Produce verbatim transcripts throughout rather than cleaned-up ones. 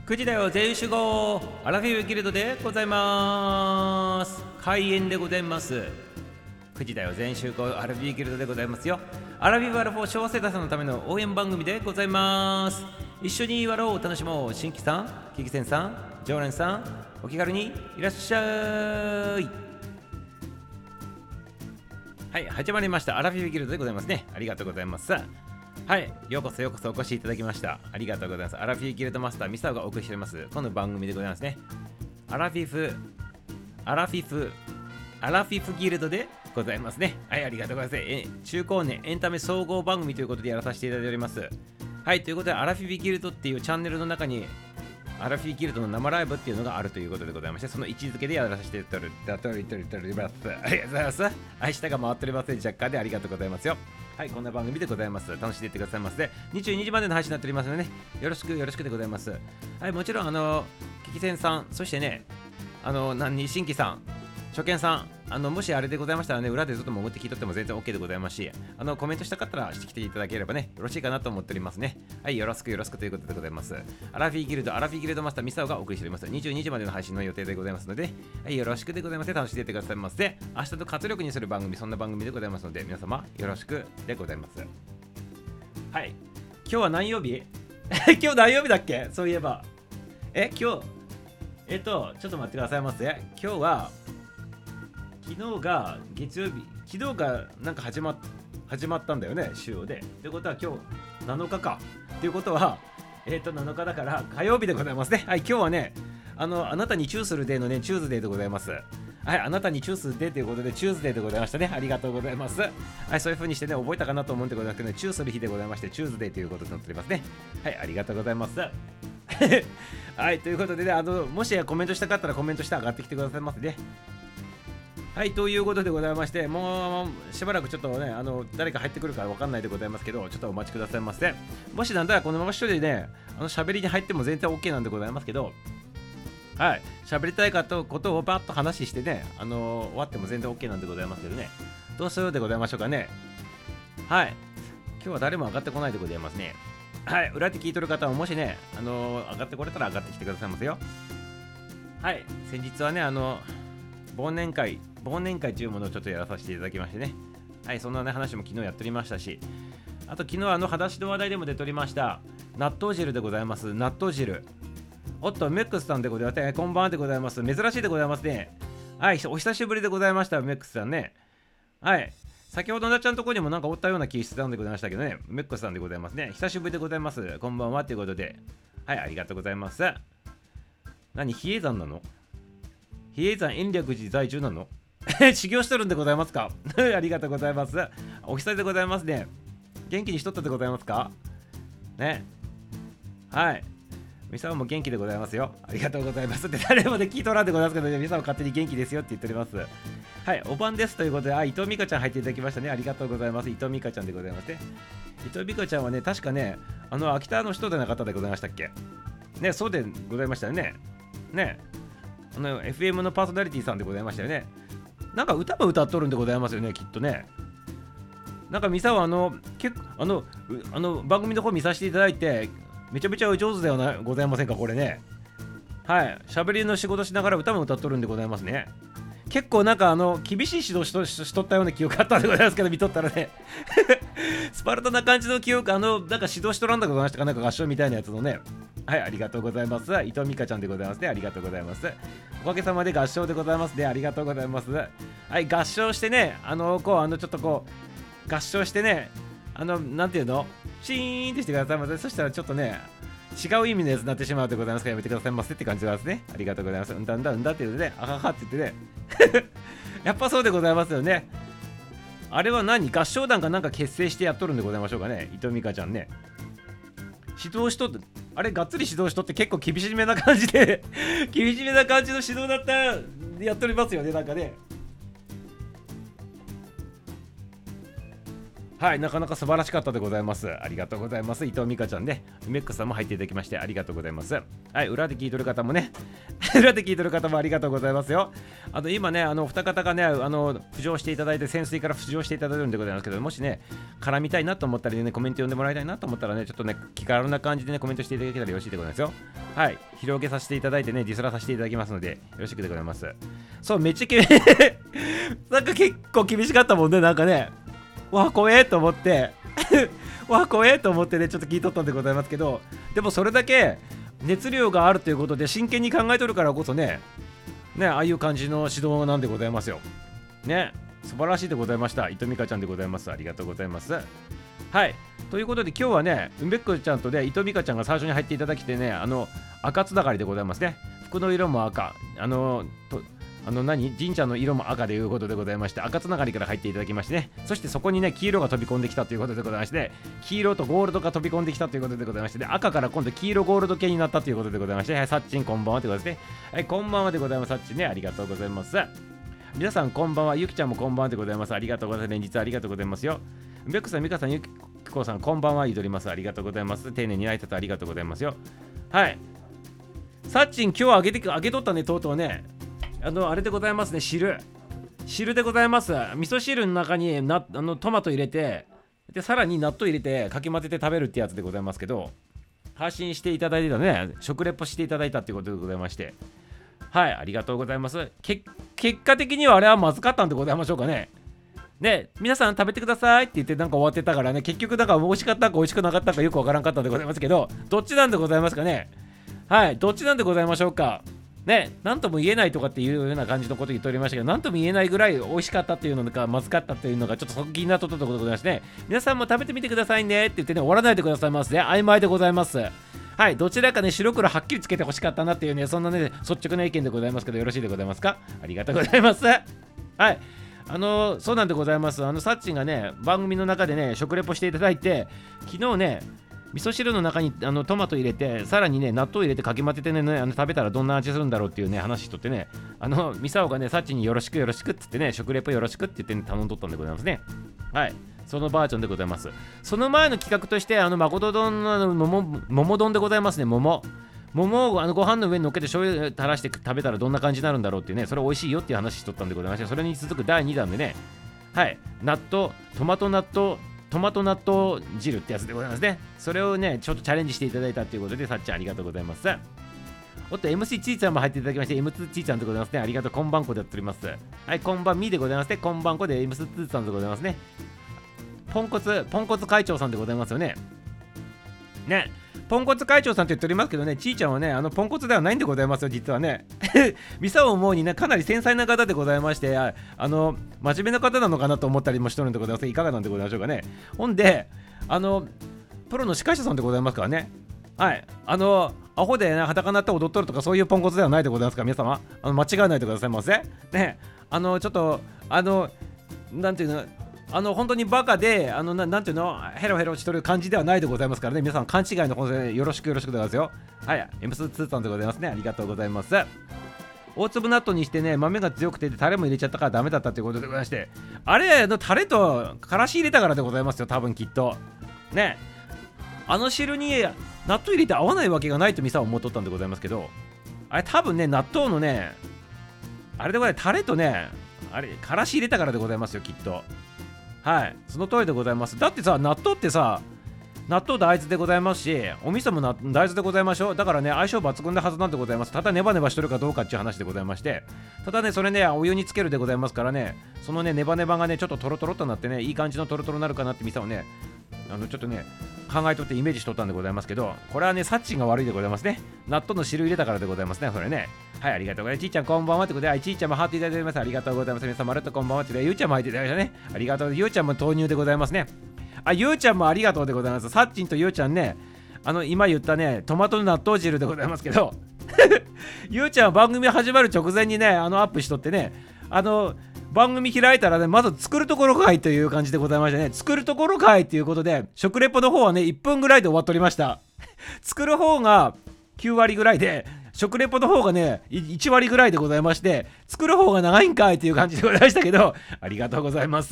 くじだよ全員集合アラフィフギルドでございます。開演でございます。くじだよ全員集合アラフィフギルドでございますよ。アラフィフアラフォー小生田さんのための応援番組でございます。一緒に笑おう楽しもう。新規さん、キキセンさん、常連さん、お気軽にいらっしゃい。はい、始まりましたアラフィフギルドでございますね。ありがとうございます。はい、ようこそようこそお越しいただきました。ありがとうございます。アラフィフギルドマスターミサオがお送りしておりますこの番組でございますね。アラフィフアラフィフアラフィフギルドでございますね。はい、ありがとうございます。え中高年エンタメ総合番組ということでやらさせていただいております。はい、ということでアラフィフギルドっていうチャンネルの中にアラフィフギルドの生ライブっていうのがあるということでございまして、その位置づけでやらさせていただいております。ありがとうございます。はい、下が回っておりますね。若干でありがとうございますよ。はい、こんな番組でございます。楽しんでいってくださいませ。にじゅうにじまでの配信になっておりますのでね、よろしくよろしくでございます。はい、もちろんあのキキセンさん、そしてね、あの何新規さん、初見さん、あのもしあれでございましたらね、裏でずっと潜って聞いとっても全然 OK でございますし、あのコメントしたかったらしてきていただければね、よろしいかなと思っておりますね。はい、よろしくよろしくということでございます。アラフィーギルド、アラフィーギルドマスターミサオがお送りしております。にじゅうにじまでの配信の予定でございますので、はい、よろしくでございます。楽しんでいってくださいませ。明日と活力にする番組、そんな番組でございますので、皆様よろしくでございます。はい、今日は何曜日今日何曜日だっけ。そういえば。え、今日、えっと、ちょっと待ってくださいませ。今日は、昨日が月曜日、昨日がなんか始まっ始まったんだよね、週で。ということは今日なのかか。ということは、えっと、なのかだから火曜日でございますね。はい、今日はね、あの、あなたにチューするデーのね、チューズデーでございます。はい、あなたにチュースデーということで、チューズデーでございましたね。ありがとうございます。はい、そういう風にしてね、覚えたかなと思うんでございますけどね、チューする日でございまして、チューズデーということになっておりますね。はい、ありがとうございます。はい、ということでね、あの、もしコメントしたかったらコメントして上がってきてくださいませね。はい、ということでございまして、もうしばらくちょっとね、あの誰か入ってくるかわかんないでございますけど、ちょっとお待ちくださいませ。もしなんだらこのまま一人でね、あの喋りに入っても全然 OK なんでございますけど、はい、喋りたいかとことをバッと話してね、あのー、終わっても全然 OK なんでございますけどね、どうするでございましょうかね。はい、今日は誰も上がってこないでございますね。はい、裏で聞いとる方はもしね、あのー、上がってこれたら上がってきてくださいますよ。はい、先日はね、あの忘年会忘年会というものをちょっとやらさせていただきましてね。はい、そんなね話も昨日やっておりましたし、あと昨日あの裸足の話題でも出ておりました納豆汁でございます。納豆汁、おっとメックスさんでございます、ね、こんばんはでございます。珍しいでございますね。はい、お久しぶりでございました。メックスさんね。はい、先ほどなっちゃんのところにもなんかおったような気してたんでございましたけどね、メックスさんでございますね。久しぶりでございます。こんばんはということで、はい、ありがとうございます。何、比叡山なの？比叡山延暦寺在住なの？修行しとるんでございますか？ありがとうございます。お久しぶりでございますね。元気にしとったでございますかね。はい、ミサオも元気でございますよ。ありがとうございます。で、誰もで聞いとらんでございますけどね、ミサオ勝手に元気ですよって言っております。はい、お晩ですということで、あ、伊藤美香ちゃん入っていただきましたね。ありがとうございます。伊藤美香ちゃんでございますね。伊藤美香ちゃんはね、確かね、あの、秋田の人でなかったでございましたっけね。そうでございましたよね。ね、あの エフエム のパーソナリティさんでございましたよね。なんか歌も歌っとるんでございますよね、きっとね。なんかミサはあの結構あのあの番組の方見させていただいて、めちゃめちゃお上手ではなございませんかこれね。はい、喋りの仕事しながら歌も歌っとるんでございますね。結構なんかあの厳しい指導し と, しとったような記憶あったんでございますけど、見とったらねスパルタな感じの記憶、あのなんか指導しとらんだございましたか、なんか合唱みたいなやつのね。はい、ありがとうございます。伊藤美香ちゃんでございますね。ありがとうございます。おかげさまで合唱でございますね。ありがとうございます。はい、合唱してね、あのこうあのちょっとこう合唱してね、あのなんていうの、シーンってしてくださいませ。そしたらちょっとね、違う意味のやつになってしまうでございますから、やめてくださいませって感じですね。ありがとうございます。うんだうんだうんだって言うてね、あははって言ってねやっぱそうでございますよね。あれは何、合唱団かなんか結成してやっとるんでございましょうかね、伊藤美香ちゃんね。指導しとって、あれがっつり指導しとって結構厳しめな感じで厳しめな感じの指導だったらやっておりますよね、なんかね。 はい、なかなか素晴らしかったでございます。ありがとうございます。伊藤美香ちゃんね、梅ックさんも入っていただきましてありがとうございます。はい、裏で聞いてる方もね、裏で聞いてる方もありがとうございますよ。あの今ね、あの二方がね、あの浮上していただいて、潜水から浮上していただいてるんでございますけど、もしね、絡みたいなと思ったりね、コメント読んでもらいたいなと思ったらね、ちょっとね、気軽な感じでね、コメントしていただけたらよろしいでございますよ。はい、広げさせていただいてね、ディスラさせていただきますので、よろしくでございます。そう、めっちゃ厳しい。なんか結構厳しかったもんね、なんかね。わあ、怖えと思って。わあ、怖えと思ってね、ちょっと聞いとったんでございますけど、でもそれだけ熱量があるということで、真剣に考えとるからこそね、ね、ああいう感じの指導なんでございますよ。ね、素晴らしいでございました。伊藤美香ちゃんでございます。ありがとうございます。はい。ということで、今日はね、梅っ子ちゃんとね、伊藤美香ちゃんが最初に入っていただきてね、あの、赤つながりでございますね。服の色も赤。あの、とあの何神社の色も赤でいうことでございまして、赤つながりから入っていただきましてね、そしてそこにね、黄色が飛び込んできたということでございまして、黄色とゴールドが飛び込んできたということでございまして、で赤から今度黄色ゴールド系になったということでございまして、はい、さっちんこんばんはということですね。はい、こんばんはでございます。さっちんね、ありがとうございます。皆さんこんばんは、ゆきちゃんもこんばんはでございます。ありがとうございます。連日ありがとうございますよ。ベックさん、みかさん、ゆきこさん、こんばんは、言うとります。ありがとうございます。丁寧に挨拶ありがとうございますよ。はい。さっちん、今日はあげて、あげとったね、とうとうね。あの、あれでございますね、汁。汁でございます。味噌汁の中になあのトマト入れて、で、さらに納豆入れて、かき混ぜて食べるってやつでございますけど、配信していただいてたね、食レポしていただいたっていうことでございまして、はい、ありがとうございます。け結果的にはあれはまずかったんでございましょうかね。ね、皆さん食べてくださいって言ってなんか終わってたからね、結局だから美味しかったか美味しくなかったかよくわからんかったんでございますけど、どっちなんでございますかね。はい、どっちなんでございましょうか。ね、なんとも言えないとかっていうような感じのことを言っておりましたけど、なんとも言えないぐらい美味しかったっていうのか、まずかったっていうのがちょっとそこ気になっとったところでございましてね、皆さんも食べてみてくださいねって言ってね、終わらないでくださいますね。曖昧でございます。はい、どちらかね、白黒はっきりつけてほしかったなっていうね、そんなね、率直な意見でございますけど、よろしいでございますか。ありがとうございます。はい。あのー、そうなんでございます。あの、サッチンがね、番組の中でね、食レポしていただいて、昨日ね、味噌汁の中にあのトマト入れて、さらにね、納豆入れてかき混ぜてね、あの食べたらどんな味するんだろうっていうね、話しとってね、あの、ミサオがね、サッチによろしくよろしくって言ってね、食レポよろしくって言って、ね、頼んどったんでございますね。はい。そのバージョンでございます。その前の企画として、あの、誠丼の桃、桃丼でございますね、桃。桃をあのご飯の上に乗っけて醤油垂らして食べたらどんな感じになるんだろうっていうね、それ美味しいよっていう話しとったんでございまして、それに続くだいにだんでね、はい、納豆、トマト納豆、トマト納豆汁ってやつでございますね。それをね、ちょっとチャレンジしていただいたということで、さっちゃんありがとうございます。おっと、エムシー ちーちゃんも入っていただきまして、エムツー ちーちゃんでございますね。ありがとう、こんばんこでやっております。はい、こんばんみでございますね。こんばんこで エムツー さんでございますね。ポンコツ、ポンコツ会長さんでございますよね。ね。ポンコツ会長さんって言っておりますけどね、ちーちゃんはね、あのポンコツではないんでございますよ、実はね。ミサを思うにね、かなり繊細な方でございまして、ああの、真面目な方なのかなと思ったりもしとるんでございます。いかがなんでございましょうかね。ほんで、あの、プロの司会者さんでございますからね。はい。あの、アホでね、裸になって踊っとるとか、そういうポンコツではないでございますから、皆様、あの間違えないでくださいませ。ね、あの、ちょっと、あの、なんていうの、あの本当にバカで、あの な, なんていうの、ヘロヘロしとる感じではないでございますからね、皆さん勘違いの方でよろしくよろしくでございますよ。はい、エムツー さんでございますね。ありがとうございます。大粒納豆にしてね、豆が強くてタレも入れちゃったからダメだったということでございまして、あれのタレとからし入れたからでございますよ、多分きっと。ね、あの汁に納豆入れて合わないわけがないとミサは思っとったんでございますけど、あれ多分ね、納豆のね、あれでございます、タレとね、あれ、からし入れたからでございますよ、きっと。はい、その通りでございます。だってさ、納豆ってさ、納豆大豆でございますし、お味噌もな大豆でございましょう。だからね、相性抜群なはずなんでございます。ただネバネバしとるかどうかっていう話でございまして、ただね、それね、お湯につけるでございますからね、そのね、ネバネバがね、ちょっとトロトロとなってね、いい感じのトロトロになるかなってミサをね、あのちょっとね、考えとってイメージしとったんでございますけど、これはね、サッチンが悪いでございますね。納豆の汁入れたからでございますね、それね。はい、ありがとうございます。ちーちゃんこんばんはってことで、はい、ちーちゃんもハートいただいております。ありがとうございます。皆さん、まるっとこんばんはって、ゆうちゃんも入っていただきましたね。ありがとう。ゆうちゃんも豆乳でございますね。あ、ゆうちゃんもありがとうでございます。サッチンとゆうちゃんね、あの、今言ったね、トマトの納豆汁でございますけど、ゆうちゃんは番組始まる直前にね、あの、アップしとってね、あの、番組開いたらね、まず作るところかいという感じでございましてね、作るところかいということで、食レポの方はね、いっぷんぐらいで終わっておりました。作る方がきゅうわりぐらいで、食レポの方がね、いちわりぐらいでございまして、作る方が長いんかいという感じでございましたけど、ありがとうございます。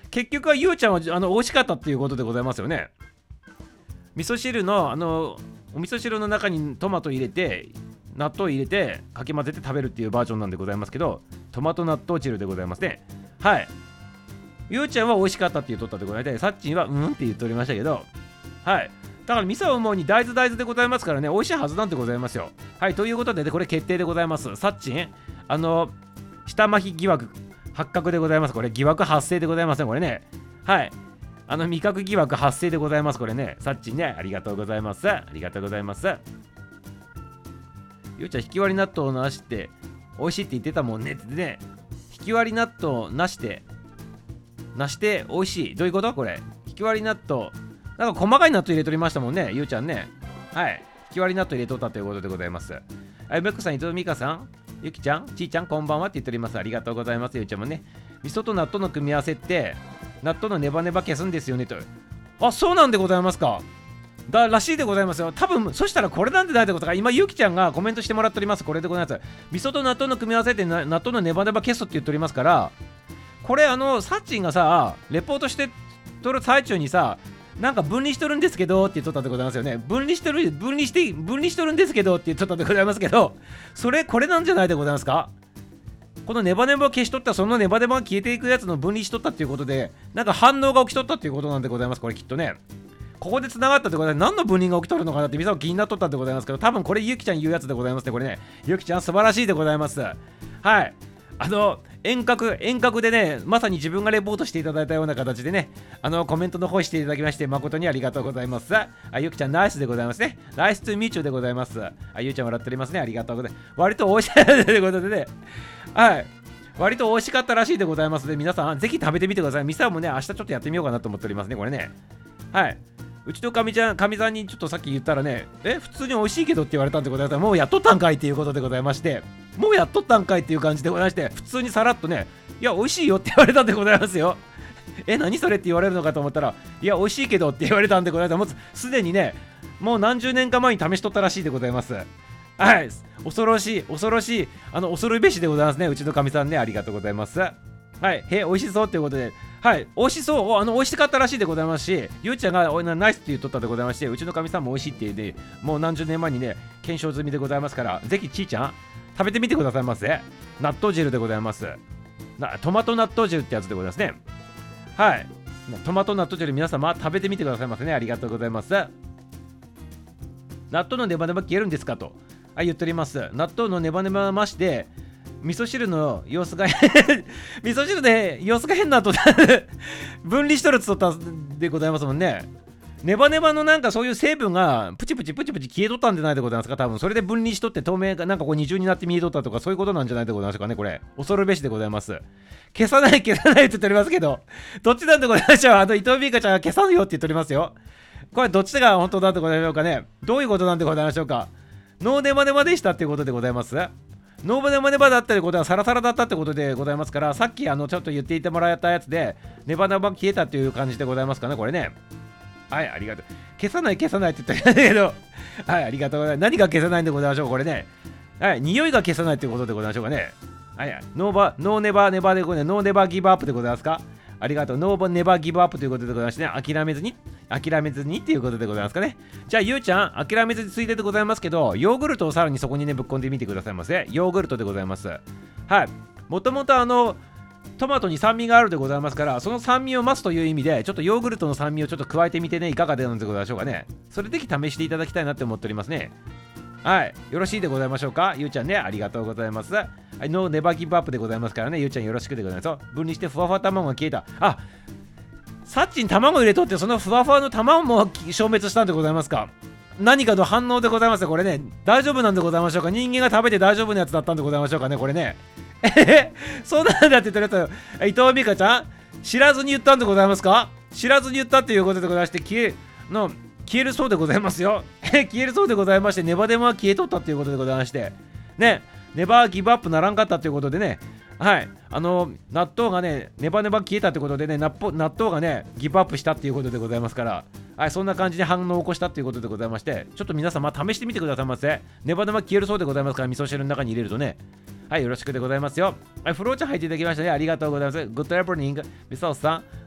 結局はゆうちゃんはあの美味しかったっていうことでございますよね。味噌汁のあのお味噌汁の中にトマト入れて納豆入れてかき混ぜて食べるっていうバージョンなんでございますけど、トマト納豆汁でございますね。はい。ゆうちゃんは美味しかったって言っとったでございまして、さっちんはうんって言っておりましたけど、はい。だから味噌を思うに大豆大豆でございますからね、美味しいはずなんでございますよ。はい。ということで、ね、これ決定でございます。さっちん、あの下麻痺疑惑発覚でございます。これ疑惑発生でございますね。これね。はい。あの味覚疑惑発生でございます。これね。さっちんね。ありがとうございます。ありがとうございます。ゆうちゃん、引き割り納豆なしって美味しいって言ってたもんねってね。引き割り納豆なして、なして美味しい。どういうことこれ。引き割り納豆。なんか細かい納豆入れとりましたもんね。ゆうちゃんね。はい。引き割り納豆入れとったということでございます。はい。ムックさん、伊藤美香さん、ゆきちゃん、ちーちゃん、こんばんはって言っております。ありがとうございます。ゆうちゃんもね。味噌と納豆の組み合わせって、納豆のネバネバ消すんですよねと。あ、そうなんでございますか。だらしいでございますよ。多分そしたらこれなんてないってことか。今ゆきちゃんがコメントしてもらっております。これでございます。味噌と納豆の組み合わせで納豆のネバネバ消すって言っておりますから、これあのサッチンがさレポートしてとる最中にさ、なんか分離しとるんですけどって言っとったでございますよね。分離しとる分離して分離しとるんですけどって言っとったでございますけど、それこれなんじゃないでございますか。このネバネバを消しとった、そのネバネバが消えていくやつの分離しとったっていうことで、なんか反応が起きとったっていうことなんでございます。これきっとね。ここで繋がったってことで何の分離が起きとるのかなってみんな気になっとったんでございますけど、多分これゆきちゃん言うやつでございますね。これね、ゆきちゃん素晴らしいでございます。はい。あの遠隔遠隔でね、まさに自分がレポートしていただいたような形でね、あのコメントの方していただきまして誠にありがとうございます。あ、ゆきちゃんナイスでございますね。ナイストゥーミーチューでございます。あ、ゆうちゃん笑っておりますね。ありがとうございます。割と美味しいということでね、はい。割と美味しかったらしいでございますので、皆さんぜひ食べてみてください。ミサもね、明日ちょっとやってみようかなと思っておりますね。これね。はい。うちのかみちゃん、かみさんにちょっとさっき言ったらね、え、普通に美味しいけどって言われたんでございます。もうやっとったんかいっていうことでございまして、もうやっとったんかいっていう感じでございまして、普通にさらっとね、いや、美味しいよって言われたんでございますよ。え、何それって言われるのかと思ったら、いや、美味しいけどって言われたんでございます。もうすでにね、もう何十年か前に試しとったらしいでございます。はい、恐ろしい、恐ろしい、あの、恐るべしでございますね。うちのかみさんね、ありがとうございます。はい、へ、美味しそうということで、はい、美味しそう、あの、美味しかったらしいでございますし、ゆうちゃんがおナイスって言っとったでございまして、うちのかみさんも美味しいって言って、もう何十年前にね、検証済みでございますから、ぜひちーちゃん、食べてみてくださいませ。納豆汁でございます。なトマト納豆汁ってやつでございますね。はい、トマト納豆汁、皆様食べてみてくださいませね。ありがとうございます。納豆のネバネバ消えるんですかと、あ、言っております。納豆のネバネバ増して、味噌汁の様子が味噌汁で様子が変なと分離しとるっつっとったでございますもんね。ネバネバのなんかそういう成分がプチプチプチプチ消えとったんじゃないでございますか。多分それで分離しとって透明がなんかこう二重になって見えとったとか、そういうことなんじゃないでございますかね。これ恐るべしでございます。消さない消さないって言っておりますけど、どっちなんでございましょう。あの伊藤美香ちゃんが消さぬよって言っておりますよ。これどっちが本当だってございましょうかね。どういうことなんでございましょうか。ノーネバネバでしたっていうことでございます。ノーネバネバだったってことはサラサラだったってことでございますから、さっきあのちょっと言っていてもらったやつでネバネバ消えたっていう感じでございますかね。これね、はい、ありがとう。消さない消さないって言ったんだけど、はい、ありがとうございます。何が消さないんでございましょう。これね、はい、匂いが消さないっていうことでございましょうかね。はい、ノーバノーネバネバでございます。ノーネバギブアップでございますか。ありがとう。ノーネバギブアップということでございましてね、諦めずに諦めずにっていうことでございますかね。じゃあゆうちゃん、諦めずについででございますけど、ヨーグルトをさらにそこにねぶっ込んでみてくださいませ。ヨーグルトでございます。はい、もともとあのトマトに酸味があるでございますから、その酸味を増すという意味でちょっとヨーグルトの酸味をちょっと加えてみてね、いかがでなんでございましょうかね。それぜひ試していただきたいなって思っておりますね。はい、よろしいでございましょうか。ゆうちゃんね、ありがとうございます。はい、ノーネバギブアップでございますからね、ゆうちゃんよろしくでございますよ。分離してふわふわ卵が消えた。あ、サッチに卵入れとって、そのふわふわの卵も消滅したんでございますか。何かの反応でございますよ。これね、大丈夫なんでございましょうか。人間が食べて大丈夫なやつだったんでございましょうかね。これね、えへそうなんだって言ってるやつ、伊藤美香ちゃん、知らずに言ったんでございますか。知らずに言ったっていうことでございまして、消えの消えるそうでございますよ。消えるそうでございまして、ネバネバは消えとったっていうことでございまして、ね、ネバーギブアップならんかったということでね、はい、あの納豆がねネバネバ消えたってことでね、納豆がねギブアップしたっていうことでございますから、はい、そんな感じで反応を起こしたっていうことでございまして、ちょっと皆様試してみてくださいませ。ネバネバ消えるそうでございますから、味噌汁の中に入れるとね。はい、よろしくでございますよ。はい、フローちゃん入っていただきましたね。ありがとうございます。グッドエブリニング、ミサオさん、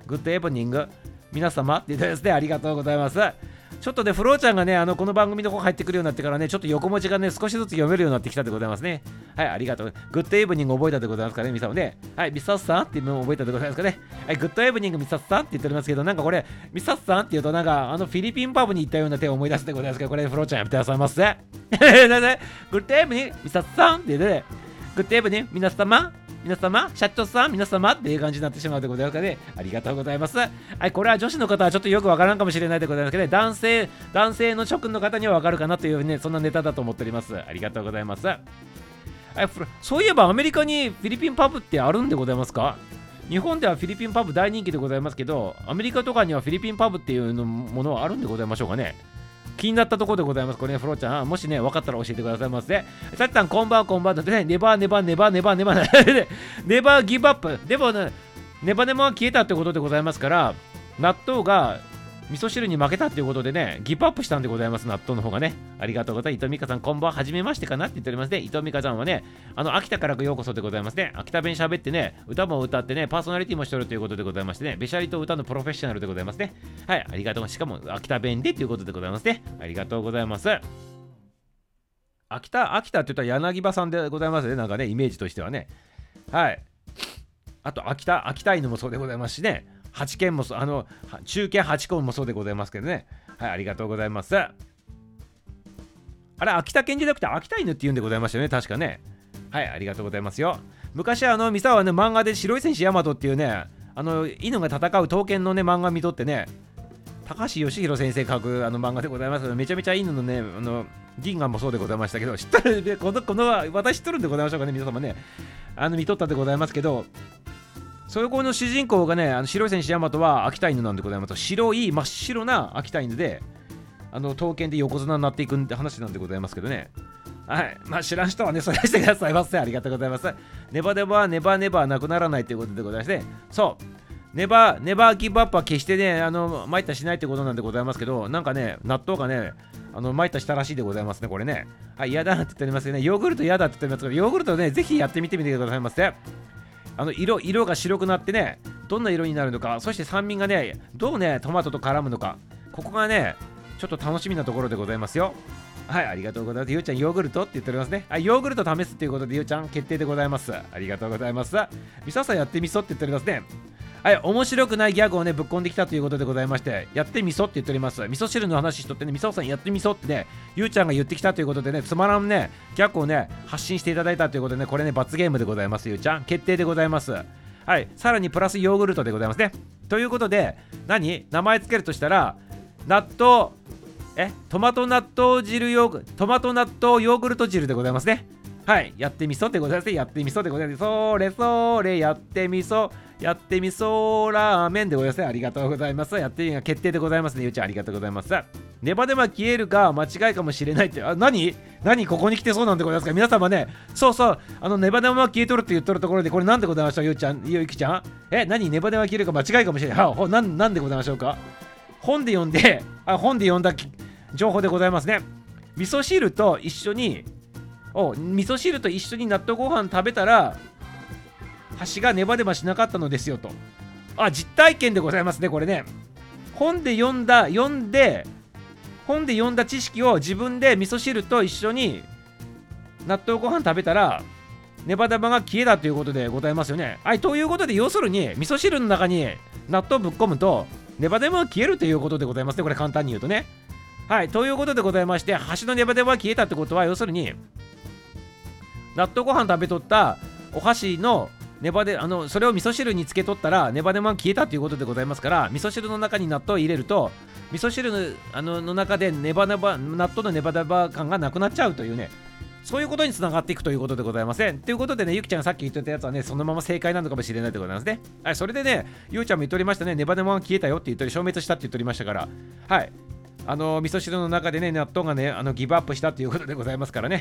グッドエブニング皆様って言ってですね、ありがとうございます。ちょっとね、フローちゃんがね、あのこの番組の方入ってくるようになってからね、ちょっと横文字がね、少しずつ読めるようになってきたでございますね。はい、ありがとう。グッドエブニング覚えたでございますからね、ミサもね。はい、ミサさんっていうのを覚えたでございますかね。はい、グッドエブニングミサさんって言っておりますけど、なんかこれ、ミサさんって言うと、なんかあのフィリピンパブに行ったような手を思い出すでございますけど、これ、フローちゃんやめてくださいませ。グッドエブニングミサさんって言ってね、グッドエブニング皆様皆様、社長さん、皆様っていう感じになってしまうでございますからね。ありがとうございます。はい、これは女子の方はちょっとよくわからんかもしれないでございますけどね、男性、男性の諸君の方にはわかるかなというね、そんなネタだと思っております。ありがとうございます。はい、そういえばアメリカにフィリピンパブってあるんでございますか？日本ではフィリピンパブ大人気でございますけど、アメリカとかにはフィリピンパブっていうのものはあるんでございましょうかね。気になったところでございます。これね、フローちゃん、もしね、分かったら教えてくださいませ。さっちゃん、こんばんは、こんばんは。ね、ネバーネバーネバーネバーネバーネバーギブアップ。でもね、ネバネバが消えたってことでございますから、納豆が味噌汁に負けたっていうことでね、ギブアップしたんでございます、納豆の方がね。ありがとうございます。伊藤美香さん、こんばんは、はじめましてかなって言っておりますね。伊藤美香さんはね、あの、秋田からようこそでございますね。秋田弁喋ってね、歌も歌ってね、パーソナリティもしてるということでございましてね、べしゃりと歌のプロフェッショナルでございますね。はい、ありがとう。しかも、秋田弁でということでございますね。ありがとうございます。秋田、秋田って言ったら柳葉さんでございますね。なんかね、イメージとしてはね。はい。あと、秋田、秋田犬もそうでございますしね。はちけんもあの中堅はちこもそうでございますけどね。はい、ありがとうございます。あれ、秋田県じゃなくて秋田犬って言うんでございましたよね、確かね。はい、ありがとうございますよ。昔あのミサはね、漫画で白い戦士ヤマトっていうね、あの犬が戦う刀剣のね漫画見とってね、高橋義弘先生書くあの漫画でございますけど、めちゃめちゃ犬のね、あの銀河もそうでございましたけど、知ったらこのこの私知っとるんでございましょうかね、皆様ね。あの見とったでございますけど、それこの主人公がね、あの白い戦士ヤマトは秋田犬なんでございます。白い真っ白な秋田犬で、あの刀剣で横綱になっていくって話なんでございますけどね。はい、まあ知らん人はね、それしてくださいませ。ありがとうございます。ネバネバネバネバなくならないということでございまして、そう、ネバネバギブアップは決してね、あの参ったしないということなんでございますけど、なんかね、納豆がね、あの参ったしたらしいでございますね、これね。はい、嫌だって言っておりますよね。ヨーグルト嫌だって言っておりますけど、ヨーグルトね、ぜひやってみてみてくださいませ。あの色色が白くなってね、どんな色になるのか、そして酸味がね、どうね、トマトと絡むのか、ここがね、ちょっと楽しみなところでございますよ。はい、ありがとうございます。ゆうちゃん、ヨーグルトって言っておりますね。はい、ヨーグルト試すっていうことで、ゆうちゃん、決定でございます。ありがとうございます。みささんやってみそって言っておりますね。はい、面白くないギャグをね、ぶっこんできたということでございまして、やってみそって言っております。味噌汁の話しとってね、みささんやってみそってね、ゆうちゃんが言ってきたということでね、つまらんね、ギャグをね、発信していただいたということでね、これね、罰ゲームでございます、ゆうちゃん。決定でございます。はい、さらにプラスヨーグルトでございますね。ということで、何名前つけるとしたら、納豆、え、トマト納豆汁ヨーグルト、トマト納豆ヨーグルト汁でございますね。はい、やってみそでございます。やってみそでございます。それそれ、やってみそ、やってみそラーメンでございますね。ありがとうございます。やってみが決定でございますね。ゆうちゃん、ありがとうございます。ネバネバ消えるか間違いかもしれないって、あ、何何ここに来てそうなんでございますか。皆様ね、そうそう、あのネバネバ消えとるって言っとるところで、これなんでございましょう、ゆうちゃん、ゆうきちゃん。え、何ネバネバ消えるか間違いかもしれない。はな、なんでございましょうか。本で読んで、あ、本で読んだ情報でございますね。味噌汁と一緒に、お味噌汁と一緒に納豆ご飯食べたら箸がネバネバしなかったのですよと。あ、実体験でございますね、これね。本で読んだ読んで本で読んだ知識を自分で味噌汁と一緒に納豆ご飯食べたらネバネバが消えたということでございますよね。はい、ということで、要するに味噌汁の中に納豆ぶっ込むとネバネバが消えるということでございますね。これ簡単に言うとね。はい、ということでございまして、箸のネバネバが消えたってことは、要するに納豆ご飯食べとったお箸のネバで、あのそれを味噌汁につけとったらネバネバが消えたということでございますから、味噌汁の中に納豆を入れると味噌汁 の, あのの中でネバネバ納豆のネバネバ感がなくなっちゃうというね、そういうことにつながっていくということでございません。ということでね、ゆきちゃんがさっき言ってたやつはね、そのまま正解なのかもしれないでございますね。はい、それでね、ゆうちゃんも言っておりましたね、ネバネバが消えたよって言っており、消滅したって言っておりましたから、はい、あの味噌汁の中でね、納豆がね、あのギブアップしたということでございますからね。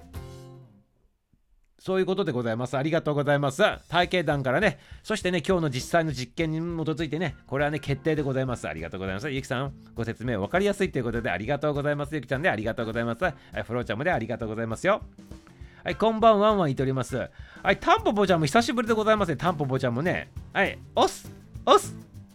そういうことでございます。ありがとうございます。体系談からね、そしてね、今日の実際の実験に基づいてね、これはね、決定でございます。ありがとうございます。ゆきさん、ご説明分かりやすいということでありがとうございます。ゆきちゃんでありがとうございます。はい、フローちゃんもでありがとうございますよ。はい、こんばんはんはん言っております。はい、タンポポちゃんも久しぶりでございますね。タンポポちゃんもね、はい、おす、おす、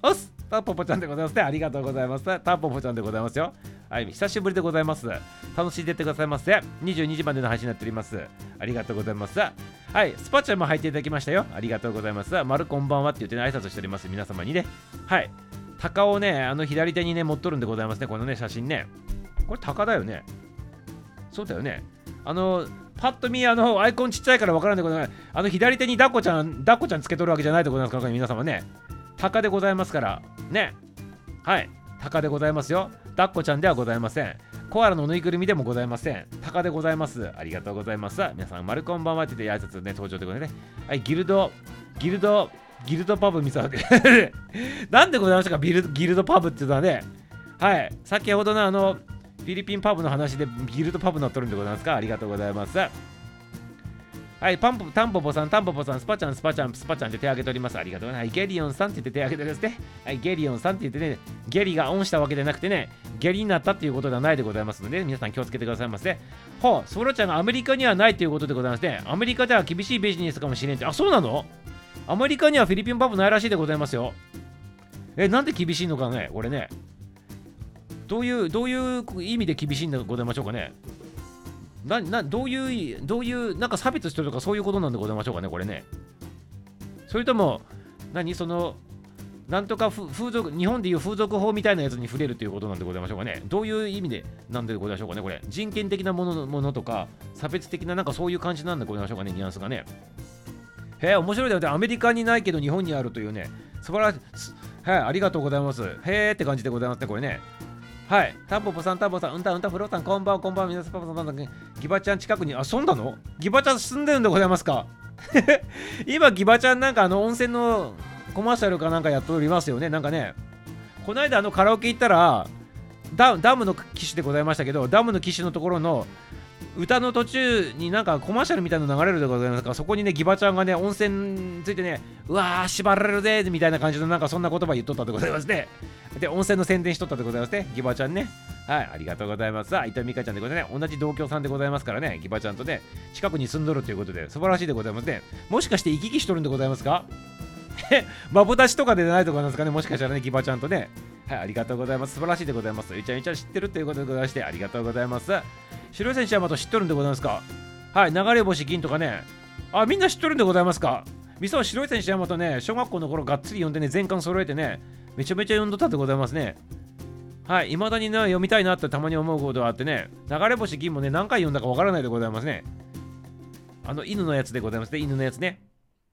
おっすタンポポちゃんでございますね。ありがとうございます。タンポポちゃんでございますよ。はい、久しぶりでございます。楽しんでってくださいませ。にじゅうにじまでの配信になっております。ありがとうございます。はい、スパちゃんも入っていただきましたよ。ありがとうございます。丸こんばんはって言ってね、挨拶しております。皆様にね。はい。鷹をね、あの左手にね、持っとるんでございますね。このね、写真ね。これ鷹だよね。そうだよね。あの、パッと見、あの、アイコンちっちゃいからわからないでございます。あの、左手にダッコちゃん、ダッコちゃんつけとるわけじゃないでございますから、皆様ね。鷹でございますから。ね。はい。鷹でございますよ。ダッコちゃんではございません。コアラのぬいぐるみでもございません。鷹でございます。ありがとうございます。皆さん、丸こんばんはって言って挨拶ね、登場ということでね。はい、ギルド、ギルド、ギルドパブ見せわけ。なんでございましたか、ビルギルドパブっていうのはね。はい。先ほどのあの、フィリピンパブの話でギルドパブになっとるんでございますか。ありがとうございます。はい、パンポタンポポさん、タンポポさん、スパちゃん、スパちゃん、スパちゃんって手挙げております。ありがとうございます。はい、ゲリオンさんって言って手挙げてですね。はい、ゲリオンさんって言ってね、ゲリがオンしたわけでなくてね、ゲリになったっていうことではないでございますので、皆さん気をつけてくださいませ。ほう、ソロちゃんがアメリカにはないということでございますね。アメリカでは厳しいビジネスかもしれんって。あ、そうなの？アメリカにはフィリピンパブないらしいでございますよ。え、なんで厳しいのかね、これね。どういう、どういう意味で厳しいんでございましょうかね。な、な、どういう、どういう、なんか差別してるとかそういうことなんでございましょうかね、これね。それとも、何、その、なんとか風俗、日本でいう風俗法みたいなやつに触れるということなんでございましょうかね。どういう意味でなんでございましょうかね、これ。人権的なもの、ものとか、差別的な、なんかそういう感じなんでございましょうかね、ニュアンスがね。へえ、面白いだよね。アメリカにないけど日本にあるというね。素晴らしい。はい、ありがとうございます。へえって感じでございますね、これね。はい。タンポポさん、タンポポさん、うんたうんた、フローさん、こんばんは、こんばんは、皆さん、パパさん、パパさん、ギバちゃん近くに、あ、そんなの？ギバちゃん住んでるんでございますか？今、ギバちゃんなんかあの温泉のコマーシャルかなんかやっておりますよね。なんかね、この間あのカラオケ行ったら、ダ, ダムの機種でございましたけど、ダムの機種のところの歌の途中になんかコマーシャルみたいなの流れるでございますから、そこにね、ギバちゃんがね、温泉についてね、うわー、縛られるぜみたいな感じのなんかそんな言葉言っとったでございますね。で、温泉の宣伝しとったでございますね、ギバちゃんね。はい、ありがとうございます。伊藤美香ちゃんでございますね。同じ同郷さんでございますからね、ギバちゃんとね、近くに住んどるということで、素晴らしいでございますね。もしかして行き来しとるんでございますか？マブダチとかでないとかなんですかね、もしかしたらね、ギバちゃんとね。はい、ありがとうございます。素晴らしいでございます。ゆちゃゆちゃ知ってるということでございまして、ありがとうございます。白い選手はまた知っとるんでございますか？はい、流れ星銀とかね。あ、みんな知っとるんでございますか？みそは白い選手はまたね、小学校の頃がっつり読んでね、全巻揃えてね、めちゃめちゃ読んどったでございますね。はい、未だにね、読みたいなってたまに思うことがあってね、流れ星銀もね、何回読んだかわからないでございますね。あの、犬のやつでございますね、犬のやつね。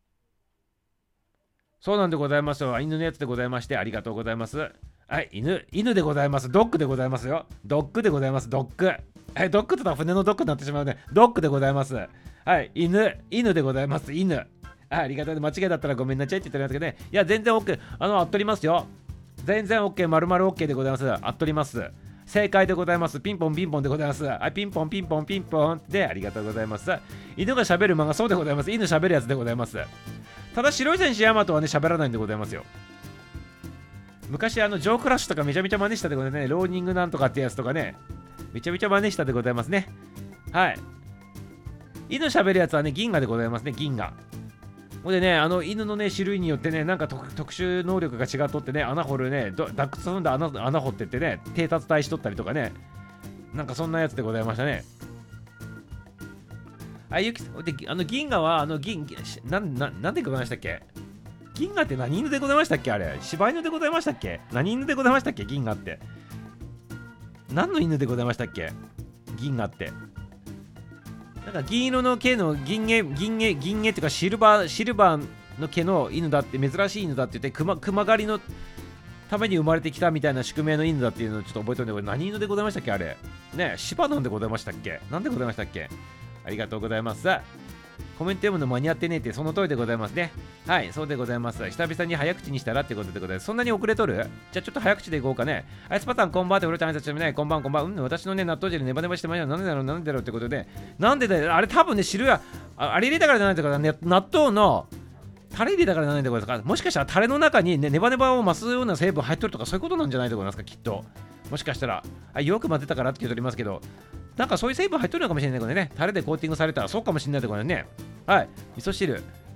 そうなんでございますよ。犬のやつでございまして、ありがとうございます。はい、犬、犬でございます。ドッグでございますよ。ドッグでございます。ドッグ。はい、ドッグとたら船のドッグになってしまうね。ドッグでございます。はい、犬、犬でございます。犬。はい、ありがとう。間違いだったらごめんなちゃいって言ってるんですけどね。いや、全然 OK。あの、合っとりますよ。全然 OK。丸々 OK でございます。合っとります。正解でございます。ピンポンピンポンでございます。はい、ピンポンピンポンピンポンでありがとうございます。犬が喋る漫画、そうでございます。犬喋るやつでございます。ただ、白い戦士ヤマトはね、喋らないんでございますよ。昔、あの、ジョークラッシュとかめちゃめちゃ真似したでございますね。ローニングなんとかってやつとかね、めちゃめちゃ真似したでございますね。はい。犬喋るやつはね、銀河でございますね、銀河。ほんでね、あの犬のね、種類によってね、なんか特殊能力が違っとってね、穴掘るね、ダックスフンで 穴, 穴掘ってってね、偵察隊しとったりとかね、なんかそんなやつでございましたね。あ、ゆき、で、あの銀河は、あの銀、な、な、なんでございましたっけ？銀河って何犬でございましたっけ？あれ、柴犬でございましたっけ？何犬でございましたっけ？銀河って。何の犬でございましたっけ？銀河って。なんか銀色の毛の銀毛、銀毛、銀毛っていうかシルバー、シルバーの毛の犬だって、珍しい犬だって言って、熊、熊狩りのために生まれてきたみたいな宿命の犬だっていうのをちょっと覚えてるんで、これ何犬でございましたっけ？あれ。ね、柴なんでございましたっけ？なんでございましたっけ？ありがとうございます。コメント読むの間に合ってねえって、その通りでございますね。はい、そうでございます。久々に早口にしたらってことでございます。そんなに遅れとる？じゃあちょっと早口でいこうかね。アイスパターンこんばんはって、俺ちゃん挨拶してみない。こんばんこんばん。うん、私のね、納豆汁ネバネバしてまいりました。なんでだろう、なんでだろうってことで。なんでだよ、あれ多分ね、汁や、あれ入れたからじゃないとか、ね、納豆のタレ入れたからじゃないとかですか。もしかしたらタレの中に、ね、ネバネバを増すような成分入っとるとか、そういうことなんじゃないと思いますか、きっと。もしかしたら、あ、よく混ぜたからって言うとりますけど、なんかそういう成分入っとるのかもしれないけどね。タレでコーティングされたらそうかもしれないところね。はい。味噌汁。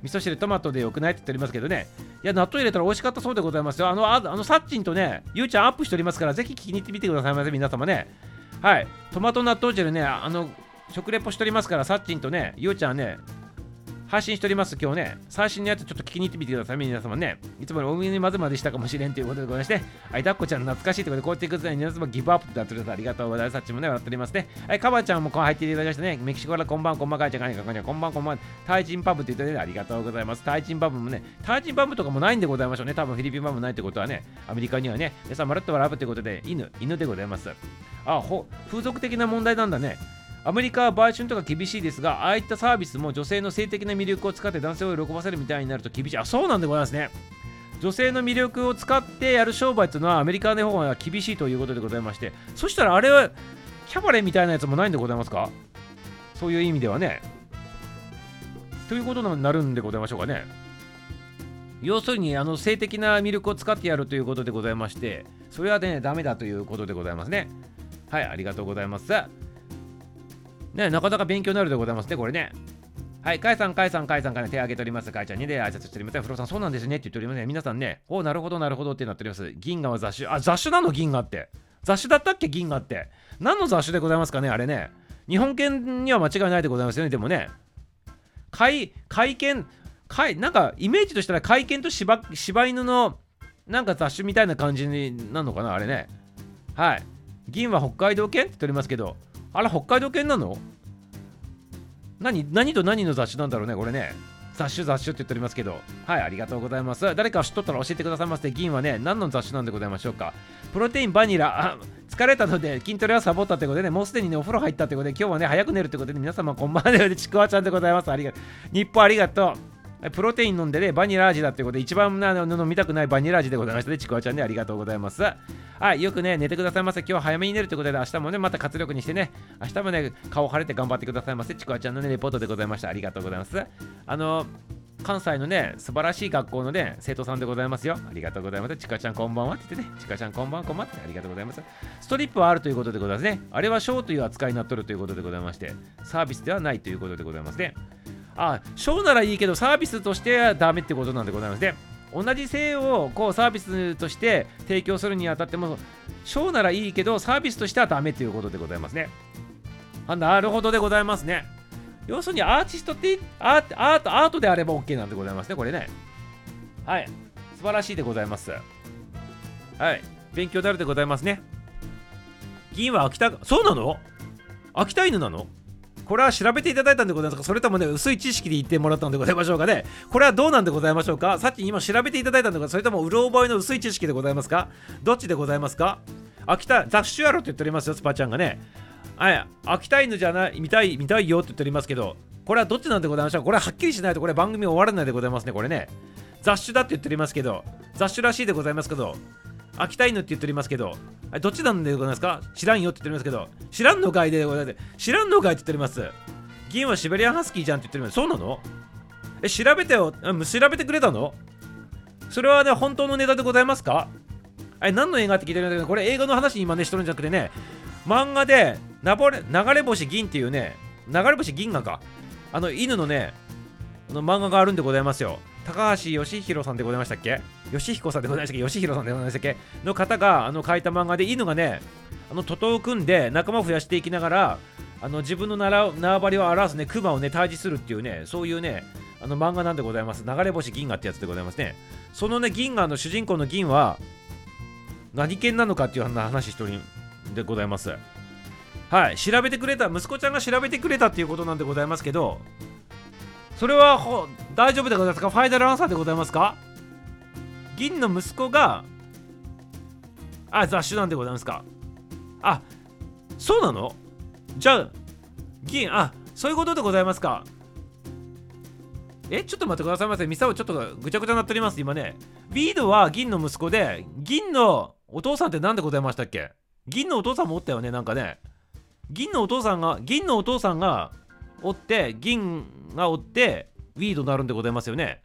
味噌汁トマトでよくないって言っておりますけどね。いや、納豆入れたら美味しかったそうでございますよ。あの、ああのサッチンとね、ゆうちゃんアップしておりますから、ぜひ聞きに行ってみてくださいませ、皆様ね。はい。トマト納豆汁ね、あの、食レポしておりますから、サッチンとね、ゆうちゃんね、配信しております、今日ね。最新のやつちょっと聞きに行ってみてください、皆様ね。いつものお見にまずまでしたかもしれんということでございまして、はい、だっこちゃん懐かしいということで、こうやっていくつに皆様ギブアップってやってください。ありがとうございます。サッチンもね、笑っておりますね。はい、カバちゃんもこう入っていただきましてね、メキシコからこんばん、こんばんかいちゃんかにかこんばん、こんばんこんばん、タイチンパブって言ってね、ありがとうございます。タイチンパブもね、タイチンパブとかもないんでございましょうね。多分フィリピンパブもないってことはね、アメリカにはね、皆さんまるっと笑うということで、犬、犬でございます。あ、ほ、風俗的な問題なんだね。アメリカは売春とか厳しいですが、ああいったサービスも女性の性的な魅力を使って男性を喜ばせるみたいになると厳しい。あ、そうなんでございますね。女性の魅力を使ってやる商売というのはアメリカの方が厳しいということでございまして、そしたらあれはキャバレーみたいなやつもないんでございますか？そういう意味ではね。ということになるんでございましょうかね。要するにあの性的な魅力を使ってやるということでございまして、それはね、ダメだということでございますね。はい、ありがとうございます。ね、なかなか勉強になるでございますね、これね。はい、かいさん、かいさん、かいさんから、ね、手を挙げております。かいちゃんにで挨拶しております。フロさん、そうなんですねって言っておりますね。皆さんね、お、なるほど、なるほどってなっております。銀河は雑種。あ、雑種なの銀河って。雑種だったっけ銀河って。何の雑種でございますかねあれね。日本犬には間違いないでございますよね、でもね。海、海犬、海、なんかイメージとしたら海犬と柴、柴犬のなんか雑種みたいな感じになるのかなあれね。はい。銀は北海道犬って言っておりますけど、あら、北海道犬なの？何、何と何の雑種なんだろうね、これね。雑種雑種って言っておりますけど。はい、ありがとうございます。誰か知っとったら教えてくださいませ。銀はね、何の雑種なんでございましょうか。プロテイン、バニラ、あ、疲れたので筋トレはサボったということでね、もうすでにね、お風呂入ったということで、今日はね、早く寝るということで、皆様こんばんはで、ちくわちゃんでございます。ありがとう。日本ありがとう。プロテイン飲んでね、バニラ味だっていうことで、一番飲みたくないバニラ味でございましたね。ちくわちゃんでありがとうございます。はい、よくね、寝てくださいませ。今日は早めに寝るということで、明日もね、また活力にしてね、明日もね、顔晴れて頑張ってくださいませ。ちくわちゃんのね、レポートでございました。ありがとうございます。あの、関西のね、素晴らしい学校のね、生徒さんでございますよ。ありがとうございます。ちくわちゃんこんばんはって言ってね、ちくわちゃんこんばんはこんばんはってありがとうございます。ストリップはあるということでございますね。あれはショーという扱いになっとるということでございまして、サービスではないということでございますね。あ、ショーならいいけどサービスとしてはダメってことなんでございますね。同じ性をこうサービスとして提供するにあたっても、ショーならいいけどサービスとしてはダメということでございますね。あ、なるほどでございますね。要するにアーティストってアート、アート、アートであれば OK なんでございますね、これね。はい、素晴らしいでございます。はい、勉強になるでございますね。銀は秋田、そうなの？秋田犬なの？これは調べていただいたんでございますか？それともね、薄い知識で言ってもらったんでございましょうかね。これはどうなんでございましょうか？さっき今調べていただいたんでございますか？それともうろ覚えの薄い知識でございますか？どっちでございますか？秋田、雑種やろって言っておりますよ、スパちゃんがね。はい、秋田犬じゃない、見たい、見たいよって言っておりますけど、これはどっちなんでございましょうか？これははっきりしないと、これ番組終わらないでございますね、これね。雑種だって言っておりますけど、雑種らしいでございますけど、秋田犬って言っておりますけど、どっちなんでございますか？知らんよって言っておりますけど、知らんのかいでございます。知らんのかいって言っております。銀はシベリアンハスキーじゃんって言ってるのに、そうなの？え、調べてよ、調べてくれたの？それはね、本当のネタでございますか？え、何の映画って聞いてるんだけど、これ映画の話に今ね、しとるんじゃなくてね、漫画でなぼれ流れ星銀っていうね、流れ星銀河か、あの犬のね、あの漫画があるんでございますよ。高橋義弘さんでございましたっけ？義彦さんでございましたっけ？義弘さんでございましたっけ？の方があの書いた漫画で、犬がね、あの徒党を組んで仲間を増やしていきながら、あの自分の縄張りを表すね、クマをね、退治するっていうね、そういうね、あの漫画なんでございます。流れ星銀河ってやつでございますね。そのね、銀河の主人公の銀は何犬なのかっていう話しておりでございます。はい、調べてくれた、息子ちゃんが調べてくれたっていうことなんでございますけど、それはほ大丈夫でございますか？ファイナルアンサーでございますか？銀の息子が、あ、雑種なんでございますか？あ、そうなの？じゃあ、銀、あ、そういうことでございますか？え、ちょっと待ってくださいませ。ミサオちょっとぐちゃぐちゃになっております、今ね。ビードは銀の息子で、銀のお父さんって何でございましたっけ？銀のお父さんもおったよね、なんかね。銀のお父さんが、銀のお父さんがおって、銀がおって、ウィードになるんでございますよね。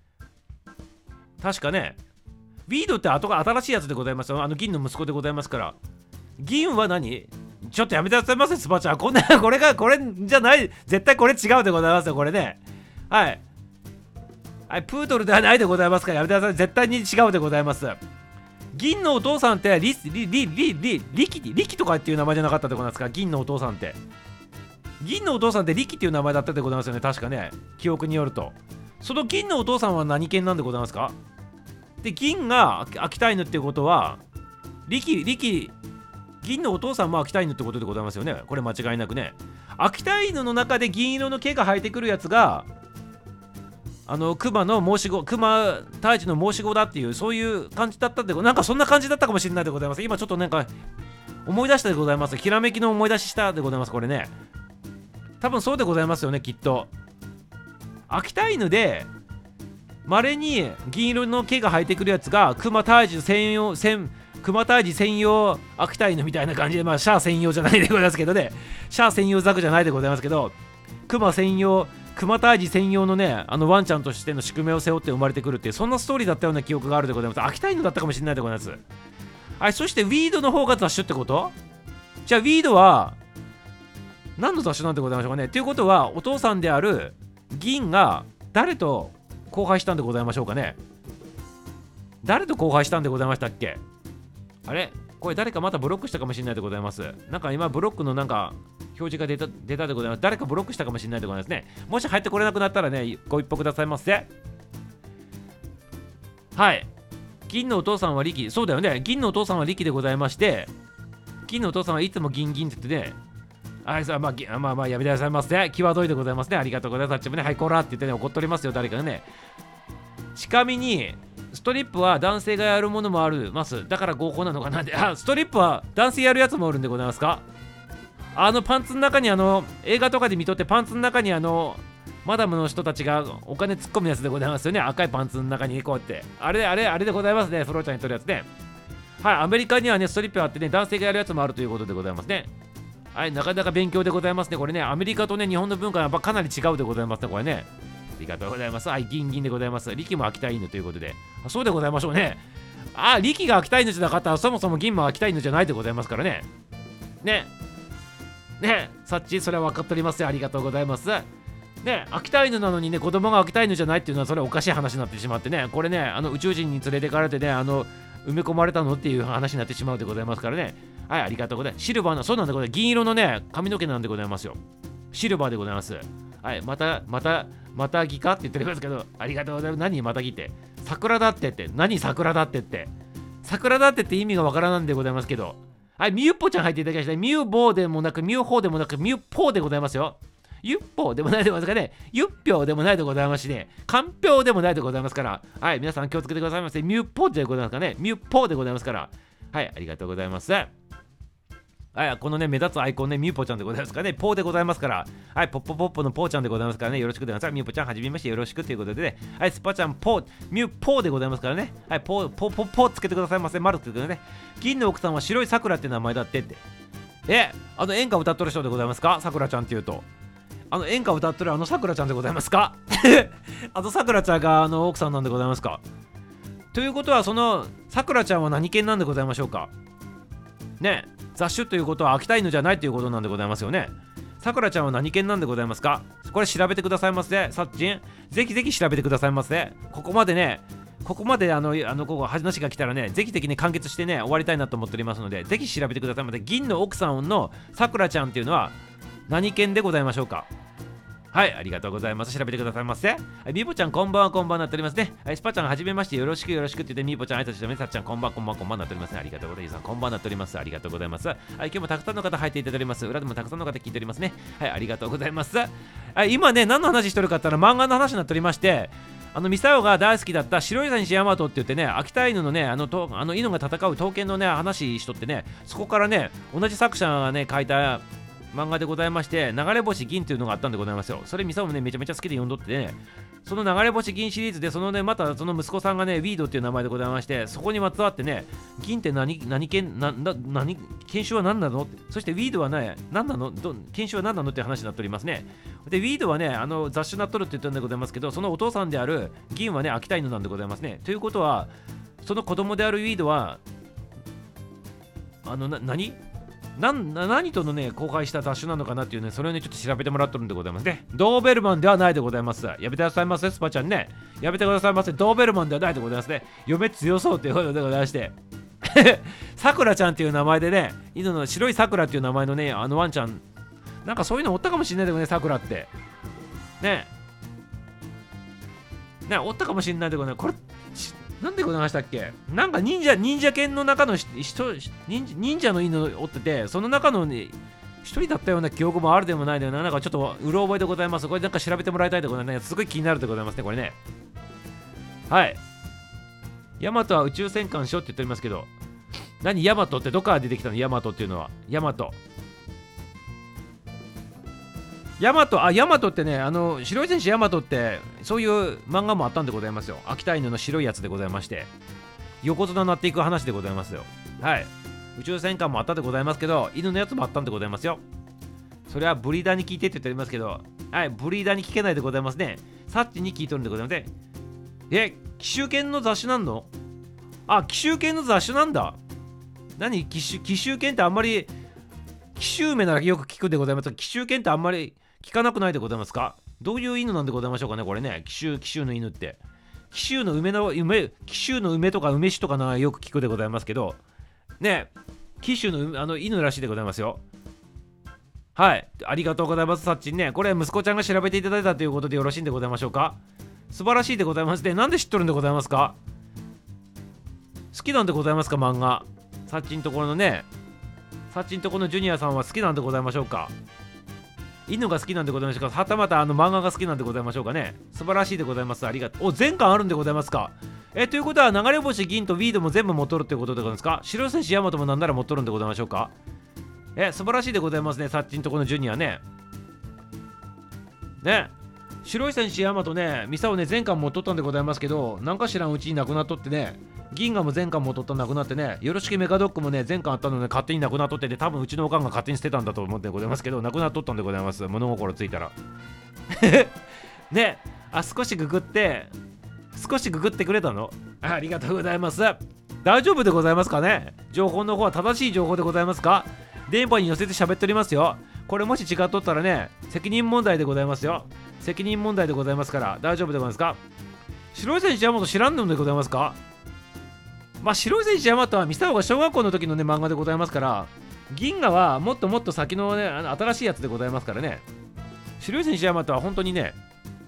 確かね。ウィードって後が新しいやつでございますよ。あの銀の息子でございますから。銀は何？ちょっとやめてくださいませ、スパちゃん。こんな、これが、これじゃない、絶対これ違うでございますよ、これね。はい。 はい、プードルではないでございますから、やめてください。絶対に違うでございます。銀のお父さんってリスリリリリリキリキとかっていう名前じゃなかったでございますか。銀のお父さんって銀のお父さんってリキっていう名前だったでございますよね、確かね、記憶によると。その銀のお父さんは何犬なんでございますか。で、銀が秋田犬っていうことはリキリキ銀のお父さんも秋田犬ってことでございますよね。これ間違いなくね。秋田犬の中で銀色の毛が生えてくるやつがあの熊の申し子、熊退治の申し子だっていう、そういう感じだったって、なんかそんな感じだったかもしれないでございます。今ちょっとなんか思い出したでございます。ひらめきの思い出ししたでございます。これね、多分そうでございますよね、きっと。秋田犬でまれに銀色の毛が生えてくるやつが熊退治専用専熊退治専用秋田犬みたいな感じで、まあシャア専用じゃないでございますけどね、シャア専用ザクじゃないでございますけど、熊専用熊退治専用のね、あのワンちゃんとしての宿命を背負って生まれてくるっていう、そんなストーリーだったような記憶があるでございます。秋田犬だったかもしれないでございます。はい、そしてウィードの方が雑種ってこと。じゃあウィードは何の雑種なんでございましょうかね。ということはお父さんである銀が誰と交配したんでございましょうかね。誰と交配したんでございましたっけ。あれ、これ誰かまたブロックしたかもしれないでございます。なんか今ブロックのなんか表示が出た出たでございます。誰かブロックしたかもしれないでございますね。もし入ってこれなくなったらね、ご一報くださいませ。はい、銀のお父さんは力、そうだよね、銀のお父さんは力でございまして、銀のお父さんはいつも銀銀って言ってね、はい、さあ、まあ、まあまあやめてくださいませ。際どいでございますね。ありがとうございます。あっちもね、はい、こらって言ってね、怒っておりますよ、誰かがね。ちなみにストリップは男性がやるものもあります。だから合法なのかなって。あ、ストリップは男性やるやつもあるんでございますか。あのパンツの中に、あの映画とかで見とってパンツの中にあのマダムの人たちがお金突っ込むやつでございますよね。赤いパンツの中にこうやってあれあれあれでございますね。フローちゃんにとるやつね。はい、アメリカにはねストリップあってね、男性がやるやつもあるということでございますね。はい、なかなか勉強でございますね。これね、アメリカとね日本の文化はやっぱかなり違うでございますね、これね。ありがとうございます。はい、ギンギンでございます。力も秋田犬ということで。あ、そうでございましょうね。あ、力が秋田犬じゃなかったらそもそも銀も秋田犬じゃないでございますからね。ね。ね、さっち、それは分かっておりますよ。ありがとうございます。ね、秋田犬なのにね、子供が秋田犬じゃないっていうのはそれはおかしい話になってしまってね、これね、あの宇宙人に連れてかれてね、あの埋め込まれたのっていう話になってしまうでございますからね。はい、ありがとうございます。シルバーの、そうなんでございます。銀色のね、髪の毛なんでございますよ。シルバーでございます。はい、また、また、またぎかって言っておりますけど、ありがとうございます。何またぎって。桜だってって、何桜だってって。桜だってって意味がわからないんでございますけど。はい、ミューポちゃん入っていただきました。ミューボーでもなく、ミューホーでもなく、ミューポーでございますよ。ユッポーでもないでございますかね。ユッピョーでもないでございますしね。かんぴょうでもないでございますから。はい、皆さん気をつけてくださいませ。ミューポーでございますかね。ミューポーでございますから。はい、ありがとうございます。はい、このね、目立つアイコンね、ミューポちゃんでございますからね。ポーでございますから。はい、ポッポポッポのポーちゃんでございますからね。よろしくでございます。ミューポちゃん、はじめましてよろしくということでね。はい、スパちゃん、ポー、ミューポーでございますからね。はい、ポー、ポー、ポー、ポーつけてくださいませ。丸つけてくださいね。銀の奥さんは白い桜って名前だってって。え、あの演歌歌っとる人でございますか、桜ちゃんっていうと。あの演歌歌っとるあの桜ちゃんでございますかあの桜ちゃんがあの奥さんなんでございますか。ということは、その桜ちゃんは何犬なんでございましょうかね。雑種ということは秋田犬じゃないということなんでございますよね。さくらちゃんは何犬なんでございますか。これ調べてくださいませ。さっちん、ぜひぜひ調べてくださいませ。ここまでね、ここまであの、あの、ここ話が来たらね、ぜひぜひね、完結してね、終わりたいなと思っておりますので、ぜひ調べてくださいませ。銀の奥さんのさくらちゃんっていうのは何犬でございましょうか。はい、ありがとうございます。調べてくださいませ。はい、みーぽちゃん、こんばんは、こんばんはなっておりますね。はい、スパちゃん、はじめまして、よろしくよろしくって言って、みーぽちゃん、挨拶してね、さっちゃん、こんばんは、こんばんは、こんばんはなっておりますね。ありがとうございます。こんばんはなっております。ありがとうございます。はい、今日もたくさんの方入っていただいております。裏でもたくさんの方聞いておりますね。はい、ありがとうございます。はい、今ね、何の話してるかって言ったら、漫画の話になっておりまして、あのミサオが大好きだった白い西ヤマトって言ってね、秋田犬のね、あのとあの犬が戦う刀剣のね、話しとってね、そこからね、同じ作者がね、書いた漫画でございまして、流れ星銀というのがあったんでございますよ。それミサオもね、めちゃめちゃ好きで読んどってね、その流れ星銀シリーズで、そのね、またその息子さんがね、ウィードっていう名前でございまして、そこにまつわってね、銀って何、何剣、な、な、何、犬種は何なの、そしてウィードはね、何なの、ど犬種は何なのって話になっておりますね。で、ウィードはね、あの雑種なっとるって言ったんでございますけど、そのお父さんである銀はね、秋田犬なんでございますね。ということは、その子供であるウィードは、あの、な、何なん何とのね公開した雑種なのかなっていうね、それをねちょっと調べてもらっとるんでございますね。ドーベルマンではないでございます。やめてくださいませ、スパちゃんね。やめてくださいませ、ドーベルマンではないでございますね。嫁強そうっていうことでございましてさくらちゃんっていう名前でね、犬の白いさくらっていう名前のね、あのワンちゃん、なんかそういうのおったかもしれないでもね、さくらってねねおったかもしれないでございます。これなんでございましたっけ。なんか忍者忍者犬の中の人忍忍者の犬おってて、その中のね一人だったような記憶もあるでもないでよな。なんかちょっとうろ覚えでございます。これなんか調べてもらいたいでございますね。すごい気になるでございますね、これね。はい。ヤマトは宇宙戦艦しょって言っておりますけど、何ヤマトってどっから出てきたの？ヤマトっていうのは。ヤマト。ヤマト、あ、ヤマトってね、あの、白い戦士ヤマトって、そういう漫画もあったんでございますよ。秋田犬の白いやつでございまして、横綱になっていく話でございますよ。はい。宇宙戦艦もあったでございますけど、犬のやつもあったんでございますよ。それはブリーダーに聞いてって言っておりますけど、はい、ブリーダーに聞けないでございますね。サッチに聞いとるんでございますね。え、奇襲犬の雑種なんの？あ、奇襲犬の雑種なんだ。何奇襲、奇襲犬ってあんまり、奇襲名ならよく聞くでございますが、奇襲犬ってあんまり聞かなくないでございますか？どういう犬なんでございましょうかね、これね。奇襲、奇襲の犬って。奇襲の梅の、梅、奇襲の梅とか梅酒とかなよく聞くでございますけど、ね、奇襲のあの犬らしいでございますよ。はい、ありがとうございます、さっちんね。これ、息子ちゃんが調べていただいたということでよろしいんでございましょうか。素晴らしいでございますね。なんで知っとるんでございますか？好きなんでございますか、漫画。さっちんところのね、さっちんところのジュニアさんは好きなんでございましょうか。犬が好きなんでございましょうか。はたまたあの漫画が好きなんでございましょうかね。素晴らしいでございます。ありがとう。お、全巻あるんでございますか。え、ということは流れ星銀とウィードも全部持っとるってことでございますか。白戦士ヤマトもなんなら持っとるんでございましょうか。え、素晴らしいでございますね。さっちんところのジュニアね。ね。白い戦士ヤマトね、ミサオね、全巻持っとったんでございますけど、なんか知らんうちになくなっとってね、銀河も全巻持っとったんなくなってね、よろしきメカドッグもね、全巻あったので勝手になくなっとってて、多分うちのおかんが勝手に捨てたんだと思ってございますけど、なくなっとったんでございます。物心ついたら。ね、あ、少しググって、少しググってくれたの？あ、ありがとうございます。大丈夫でございますかね？情報の方は正しい情報でございますか？電波に乗せて喋っておりますよ。これもし違っとったらね、責任問題でございますよ。責任問題でございますから大丈夫でございますか？白い戦士ヤマト知らんのでございますか？まあ白い戦士ヤマトはミサオが小学校の時のね漫画でございますから、銀河はもっともっと先のねあの新しいやつでございますからね。白い戦士ヤマトは本当にね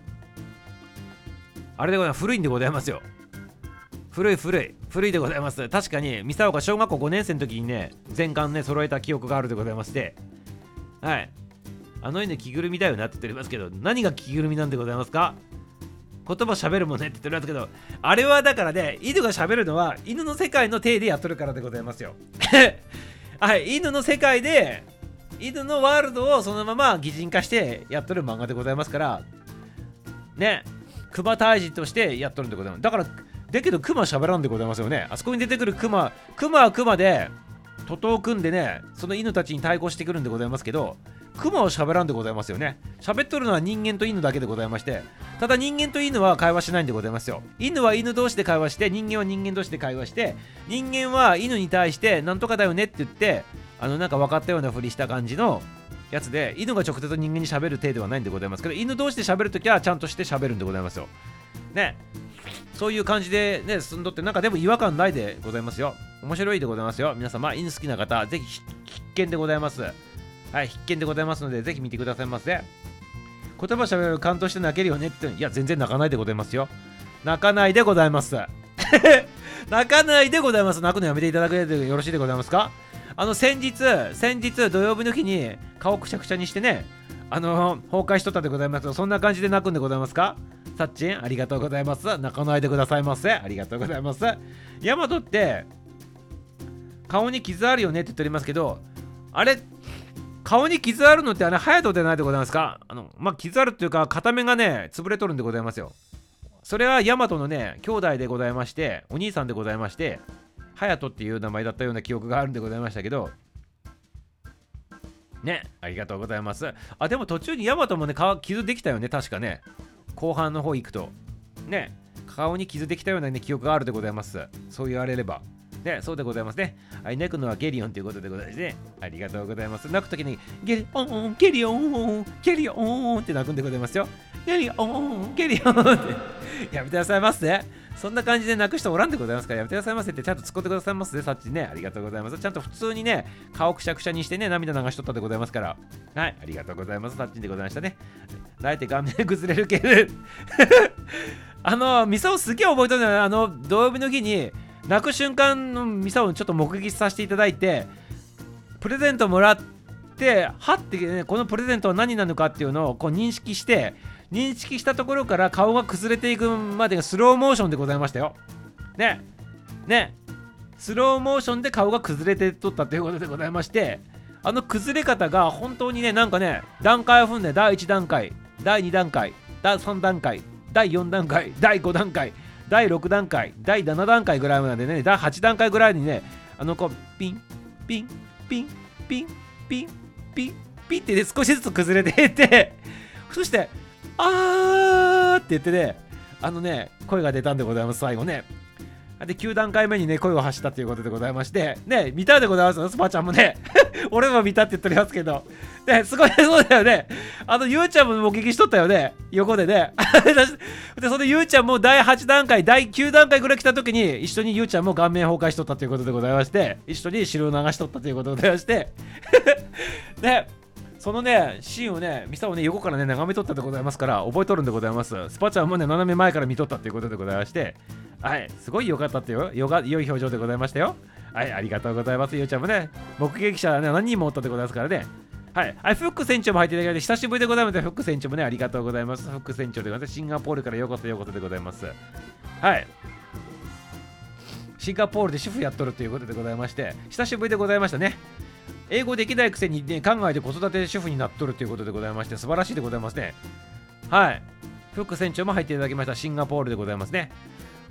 あれでございます。古いんでございますよ。古い古い古いでございます。確かにミサオが小学校ごねん生の時にね全巻ね揃えた記憶があるでございまして、はい、あの犬着ぐるみだよなって言っておりますけど、何が着ぐるみなんでございますか？言葉喋るもんねって言っておりますけど、あれはだからね、犬が喋るのは犬の世界の体でやっとるからでございますよ。はい、犬の世界で犬のワールドをそのまま擬人化してやっとる漫画でございますからね、クマ退治としてやっとるんでございます。だからだけどクマ喋らんでございますよね。あそこに出てくるクマクマはクマで徒党を組んでね、その犬たちに対抗してくるんでございますけど、クマは喋らんでございますよね。喋っとるのは人間と犬だけでございまして、ただ人間と犬は会話しないんでございますよ。犬は犬同士で会話して、人間は人間同士で会話して、人間は犬に対してなんとかだよねって言ってあのなんか分かったようなふりした感じのやつで、犬が直接人間に喋る程度はないんでございますけど、犬同士で喋るときはちゃんとして喋るんでございますよね。そういう感じでね進んどって、なんかでも違和感ないでございますよ。面白いでございますよ。皆様犬好きな方ぜひ必見でございます。はい、必見でございますのでぜひ見てくださいませ。言葉しゃべる感動して泣けるよねって、いや全然泣かないでございますよ。泣かないでございます。泣かないでございます。泣くのやめていただけでよろしいでございますか？あの先日先日土曜日の日に顔くしゃくしゃにしてね、あの崩壊しとったでございます。そんな感じで泣くんでございますか？さっちんありがとうございます。泣かないでくださいませ。ありがとうございます。ヤマトって顔に傷あるよねって言っておりますけど、あれ顔に傷あるのってあれハヤトでないでございますか？あのまあ傷あるっていうか片目がね潰れとるんでございますよ。それはヤマトのね兄弟でございまして、お兄さんでございまして、ハヤトっていう名前だったような記憶があるんでございましたけどね、ありがとうございます。あ、でも途中にヤマトもね顔傷できたよね、確かね。後半の方行くとね顔に傷できたような、ね、記憶があるでございます。そう言われればね、そうでございますね。はい、泣くのはゲリオンということでございますね。ありがとうございます。泣くときに、ゲリオン、ゲリオン、ゲリオンって泣くんでございますよ。ゲリオン、ゲリオンってやめてくださいませ。そんな感じで泣く人おらんでございますから、やめてくださいませってちゃんと突っ込んでくださいますね、さっちね。ありがとうございます。ちゃんと普通にね、顔くしゃくしゃにしてね、涙流しとったでございますから。はい、ありがとうございます。さっちんでございましたね。泣いて顔面崩れるけどあの、ミサオすげえ覚えとるんだよね。あの、土曜日の日に、泣く瞬間のミサオをちょっと目撃させていただいて、プレゼントもらって、はってね、このプレゼントは何なのかっていうのをこう認識して、認識したところから顔が崩れていくまでがスローモーションでございましたよ。ね。ね。スローモーションで顔が崩れてとったということでございまして、あの崩れ方が本当にね、なんかね、段階を踏んで、だいいち段階、だいに段階、だいさん段階、だいよん段階、だいご段階、だいろく段階、だいなな段階ぐらいまでね、だいはち段階ぐらいにね、あのこう、ピン、ピン、ピン、ピン、ピン、ピン、ピンってね、少しずつ崩れていって、そして、あーって言ってね、あのね、声が出たんでございます、最後ね。で、きゅう段階目にね、声を発したということでございまして、ね、見たでございますよ、スパちゃんもね。俺も見たって言っておりますけど。ね、すごいそうだよね。あの、ゆうちゃんも目撃しとったよね、横でね。で、それでゆうちゃんもだいはち段階、だいきゅう段階ぐらい来た時に、一緒にゆうちゃんも顔面崩壊しとったということでございまして、一緒に汁を流しとったということでございまして、ね、そのね、シーンをね、ミサをね、横からね、眺めとったでございますから、覚えとるんでございます。スパちゃんもね、斜め前から見とったということでございまして、はい、すごい良かったってよ、よが良い表情でございましたよ。はい、ありがとうございます。ゆうちゃんもね、目撃者、ね、何人もおったでございますからね。はい、はい、フック船長も入っていただいて、久しぶりでございます。フック船長もね、ありがとうございます。フック船長でございます。シンガポールからようこそようこそでございます。はい。シンガポールで主婦やっとるということでございまして、久しぶりでございましたね。英語できないくせに、ね、考えて子育て主婦になっとるということでございまして、素晴らしいでございますね。はい。フック船長も入っていただきました。シンガポールでございますね。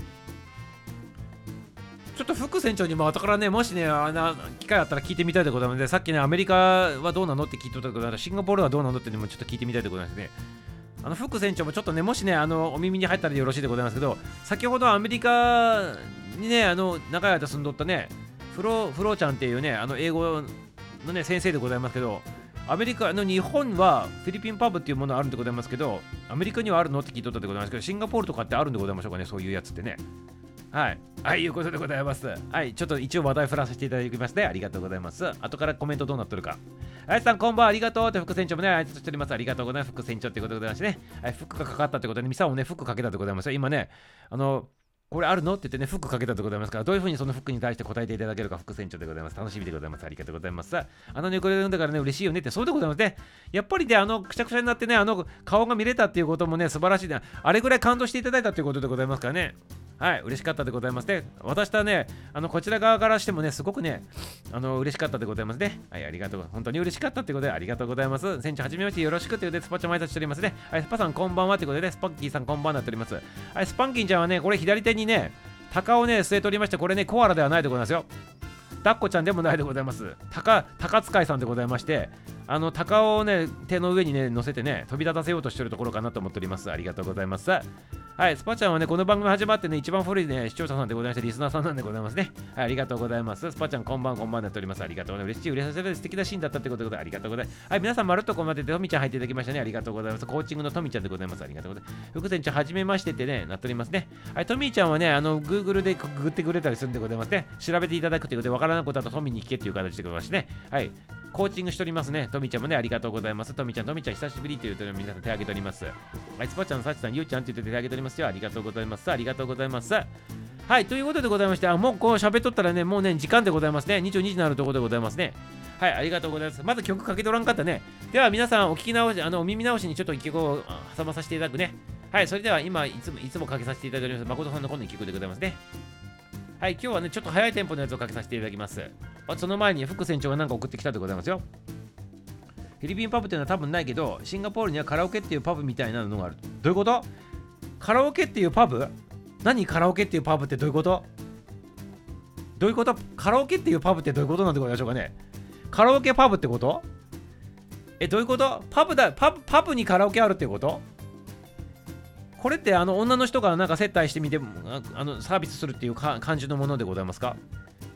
ちょっと副船長にも後からね、もしね、あの機会あったら聞いてみたいでございますので、さっきね、アメリカはどうなのって聞いておったでございます。シンガポールはどうなのっていうのもちょっと聞いてみたいでございますね。あの副船長もちょっとね、もしね、あのお耳に入ったらよろしいでございますけど、先ほどアメリカにね、あの長い間住んどったね、フロフローちゃんっていうね、あの英語のね、先生でございますけど、アメリカの日本はフィリピンパブっていうものあるんでございますけど、アメリカにはあるのって聞いとったでございますけど、シンガポールとかってあるんでございましょうかね、そういうやつってね。はい。はい、いうことでございます。はい。ちょっと一応話題振らせていただきまして、ありがとうございます。後からコメントどうなっとるか。はい、さん、こんばんは、ありがとうって副船長もね、挨拶しております。ありがとうございます。副船長ってことでございましてね。はい、服がかかったってことで、ミサをね、服かけたでございますよ。今ね、あの、これあるのって言ってね、服かけたでございますから、どういうふうにその服に対して答えていただけるか、副船長でございます。楽しみでございます。ありがとうございます。あのね、これ読んだからね、嬉しいよねって、そうでございますね。やっぱりね、あの、くしゃくしゃになってね、あの、顔が見れたっていうこともね、素晴らしいね。あれぐらい感動していただいたということでございますからね。はい、嬉しかったでございますね。私はね、あのこちら側からしてもね、すごくね、あの嬉しかったでございますね。はい、ありがとう。本当に嬉しかったということで、ありがとうございます。船長、はじめましてよろしくということで、スパチャも挨拶しておりますね。はい、スパさん、こんばんはということで、ね、スパッキーさん、こんばんはになっております。はい、スパンキーちゃんはね、これ左手にね、鷹をね、据えておりまして、これね、コアラではないでございますよ。ダッコちゃんでもないでございます。鷹、鷹使いさんでございまして、あの鷹をね、手の上にね、乗せてね、飛び立たせようとしているところかなと思っております。ありがとうございます。はい、スパちゃんはね、この番組始まってね、一番古いね、視聴者さんでございまして、リスナーさんなんでございますね。はい、ありがとうございます。スパちゃん、こんばんこんばんになっております。ありがとうございます。嬉しい、嬉しい、素敵なシーンだったってことで、ありがとうございます。はい、皆さん、まるっとこまでで、トミちゃん入っていただきましたね。ありがとうございます。コーチングのトミちゃんでございます。ありがとうございます。副船長、はじめましてってね、なっておりますね。はい、トミーちゃんはね、あの、Google でググってくれたりするんでございますね。調べていただくということで、わからないことだとトミーに聞けっていう形でございましてね。はい、コーチングしておりますね。トミちゃんもね、ありがとうございます。トミちゃん、トミちゃん、久しぶりというと皆さん手挙げております。はい、スパちゃん、サチさん、ゆうちゃんって言って手挙げておりますよ。ありがとうございます。ありがとうございます。はい、ということでございまして、あもうこう喋っとったらね、もうね、時間でございますね。にじゅうにじになるところでございますね。はい、ありがとうございます。まず曲かけとらんかったね。では皆さん、お聞き直し、あの、お耳直しにちょっと一曲を挟まさせていただくね。はい、それでは今、いつも、いつもかけさせていただいております。誠さんの今度の曲でございますね。はい、今日はね、ちょっと早いテンポのやつをかけさせていただきます。その前に、副船長が何か送ってきたでございますよ。フィリピンパブっていうのは多分ないけど、シンガポールにはカラオケっていうパブみたいなのがある。どういうこと？カラオケっていうパブ？何カラオケっていうパブってどういうこと？どういうこと？カラオケっていうパブってどういうことなんてことでしょうかね。カラオケパブってこと？え、どういうこと？パブだ、パブ、パブにカラオケあるってこと？これってあの女の人がなんか接待してみてあのサービスするっていうか感じのものでございますか？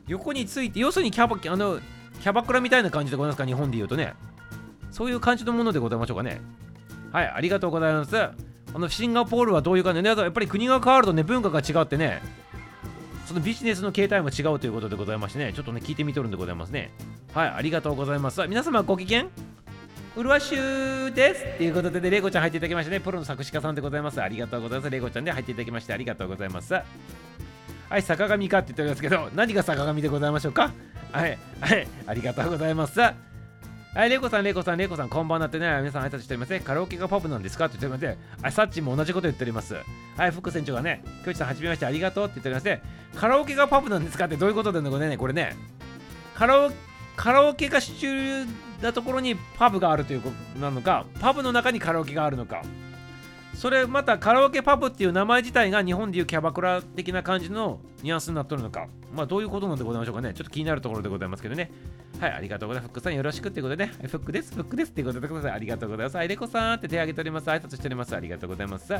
横について、要するにキャバ、あの、キャバクラみたいな感じでございますか、日本で言うとね。そういう感じのものでございましょうかね。はい、ありがとうございます。あのシンガポールはどういう感じでね、やっぱり国が変わるとね、文化が違ってね、そのビジネスの形態も違うということでございましてね、ちょっとね、聞いてみとるんでございますね。はい、ありがとうございます。皆様ご機嫌うるわしゅーですということで、ね、レイコちゃん入っていただきましてね、プロの作詞家さんでございます。ありがとうございます。レイコちゃんで入っていただきましてありがとうございます。はい、坂上かって言っておりますけど、何が坂上でございましょうか。はい、はい、ありがとうございます。はい、レイコさん、レイコさん、レイコさん、こんばんなってね、皆さん挨拶しておりますね。カラオケがパブなんですかって言っておりますね。あ、サッチも同じこと言っております。はい、副船長がね、きょうちさん、はじめまして、ありがとうって言っておりますね。カラオケがパブなんですかってどういうことでね、これね、カラオカラオケが主流なところにパブがあるということなのか、パブの中にカラオケがあるのか、それまたカラオケパブっていう名前自体が日本でいうキャバクラ的な感じのニュアンスになっとるのか、まあどういうことなんでございましょうかね。ちょっと気になるところでございますけどね。はい、ありがとうございます。フックさんよろしくっていうことでね、フックです、フックですっていうことでください。ありがとうございます。はい、レコさんって手挙げております。挨拶しております。ありがとうございます。はい、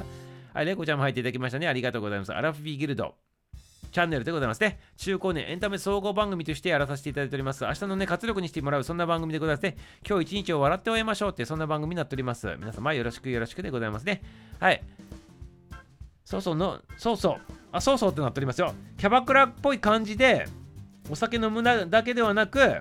レコちゃんも入っていただきましたね。ありがとうございます。アラフィーギルドチャンネルでございますね。中高年エンタメ総合番組としてやらさせていただいております。明日のね、活力にしてもらう、そんな番組でございますね。今日一日を笑って終えましょうって、そんな番組になっております。皆様よろしくよろしくでございますね。はい。そうそうの、そうそう。あ、そうそうってなっておりますよ。キャバクラっぽい感じで、お酒飲むだけではなく、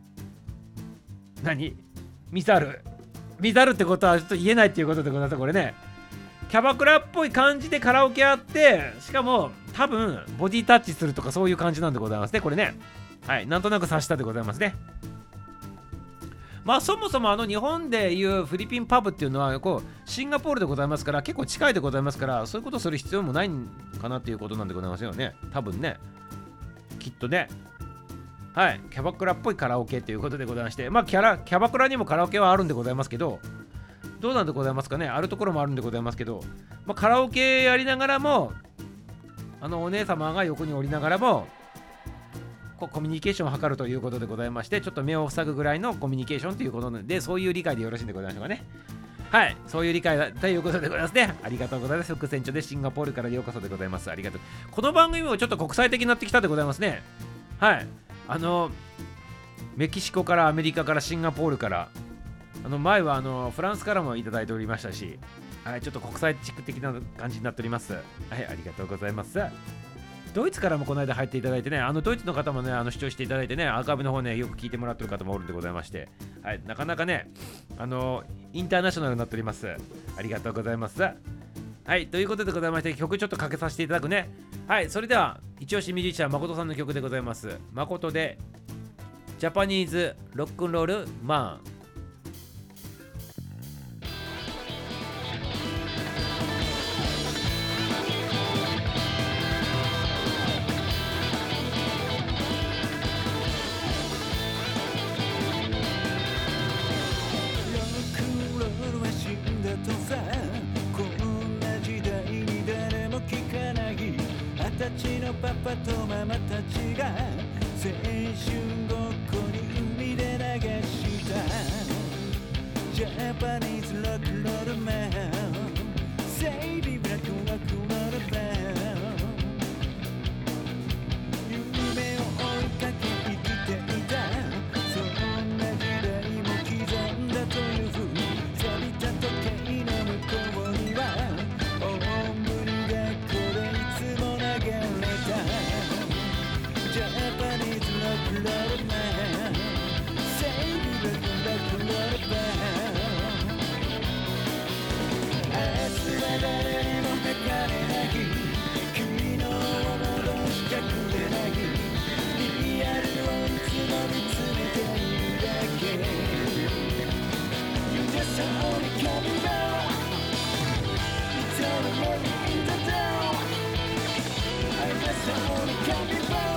何見ざる。見ざるってことはちょっと言えないっていうことでございます、これね。キャバクラっぽい感じでカラオケあって、しかも多分ボディタッチするとかそういう感じなんでございますね、これね。はい、なんとなく察したでございますね。まあそもそもあの日本でいうフィリピンパブっていうのはこうシンガポールでございますから、結構近いでございますから、そういうことする必要もないんかなっていうことなんでございますよね、多分ね、きっとね。はい、キャバクラっぽいカラオケということでございまして、まあキャラキャバクラにもカラオケはあるんでございますけど、どうなんでございますかね。あるところもあるんでございますけど、まあ、カラオケやりながらも、あのお姉様が横におりながらもこうコミュニケーションを図るということでございまして、ちょっと目を塞ぐぐらいのコミュニケーションということで、そういう理解でよろしいんでございましょうかね。はい、そういう理解だということでございますね。ありがとうございます。副船長でシンガポールからようこそでございます。ありがとう。この番組もちょっと国際的になってきたでございますね。はい、あのメキシコからアメリカからシンガポールから、あの前はあのフランスからもいただいておりましたし、はい、ちょっと国際地区的な感じになっております。はい、ありがとうございます。ドイツからもこの間入っていただいてね、あのドイツの方もね、あの視聴していただいてね、アーカイブの方ね、よく聞いてもらってる方もおるんでございまして、はい、なかなかね、あのインターナショナルになっております。ありがとうございます。はい、ということでございまして、曲ちょっとかけさせていただくね。はい、それでは、一押しミュージシャン、誠さんの曲でございます。誠で、ジャパニーズロックンロールマン。 パパとママたちが青春ごっこに海で流したジャパニーズロックロールマンセイビーブラックロックロールマン夢を追いかけ生きていたそんな時代も刻んだという風錆びた時計の向こうには大ぶりがこれいつも流れジャパニーズロックロールマンセイビーロックロックロールマン明日は誰にも書かれない昨日を戻したくれないリアルをいつも見つめているだけ You just only coming back It's all in the dark I just only coming back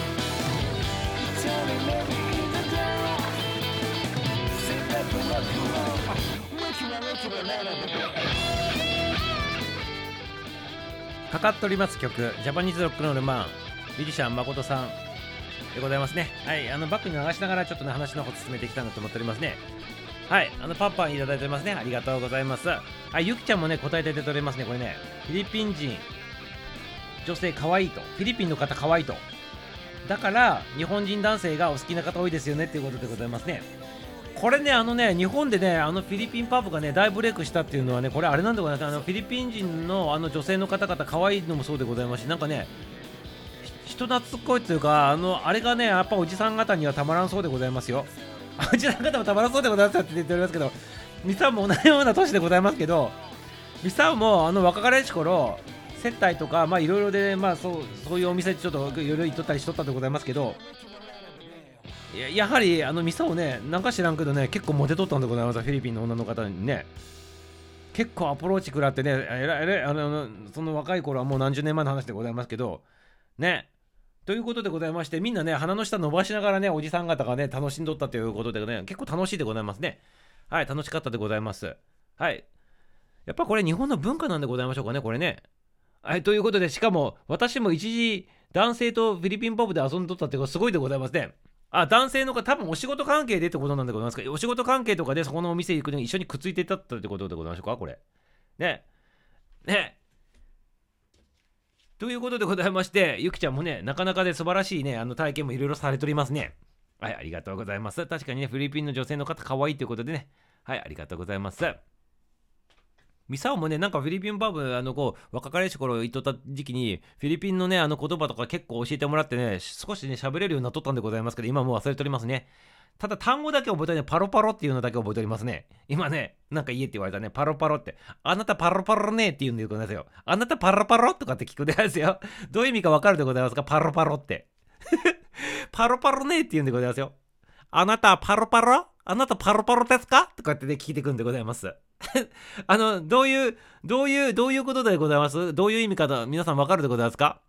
かかっております曲、ジャパニーズロックロールマン、ミュージシャン誠さんでございますね。はい、あのバックに流しながらちょっとね話の方進めていきたいなと思っておりますね。はい、あのパッパンいただいておりますね。ありがとうございます。はい、ゆきちゃんもね答えていただいておりますね。これね、フィリピン人女性可愛いと、フィリピンの方可愛いと、 だから日本人男性がお好きな方多いですよねっていうことでございますね。これね、あのね、日本でね、あのフィリピンパブがね、大ブレイクしたっていうのはね、これあれなんでございます。あのフィリピン人のあの女性の方々、可愛いのもそうでございますし、なんかね、人懐っこいというか、あの、あれがね、やっぱおじさん方にはたまらんそうでございますよ。おじさん方もたまらんそうでございますって言っておりますけど、ミサオも同じような年でございますけど、ミサオもあの若かりし頃、接待とか、まあいろいろで、まあそう、そういうお店ちょっといろいろ行っとったりしとったでございますけど、や, やはりあのミサオね、なんか知らんけどね、結構モテとったんでございます。フィリピンの女の方にね、結構アプローチ食らってね、えらえらあのその若い頃はもう何十年前の話でございますけど、ね。ということでございまして、みんなね、鼻の下伸ばしながらね、おじさん方がね、楽しんどったということでね、結構楽しいでございますね。はい、楽しかったでございます。はい。やっぱこれ日本の文化なんでございましょうかね、これね。はい、ということで、しかも私も一時男性とフィリピンパブで遊んどったってことすごいでございますね。あ、男性の方、多分お仕事関係でってことなんでございますか。お仕事関係とかでそこのお店行くのに一緒にくっついていったってことでございましょうか、これ。ね。ね。ということでございまして、ゆきちゃんもね、なかなかで素晴らしいね、あの体験もいろいろされておりますね。はい、ありがとうございます。確かにね、フィリピンの女性の方、可愛いということでね。はい、ありがとうございます。ミサオもね、なんかフィリピンパブ、あの、こう、若かりし頃行っとった時期に、フィリピンのね、あの言葉とか結構教えてもらってね、少しね、喋れるようになっとったんでございますけど、今もう忘れておりますね。ただ単語だけ覚えてね、パロパロっていうのだけ覚えておりますね。今ね、なんか言えって言われたね、パロパロって。あなたパロパロねって言うんでございますよ。あなたパロパロとかって聞くでございますよ。どういう意味かわかるでございますか、パロパロって。パロパロねって言うんでございますよ。あなたパロパロあなたパロパロですかとかってね、聞いてくんでございます。あの、どういう、どういう、どういうことでございます？どういう意味かと皆さんわかるでございますか？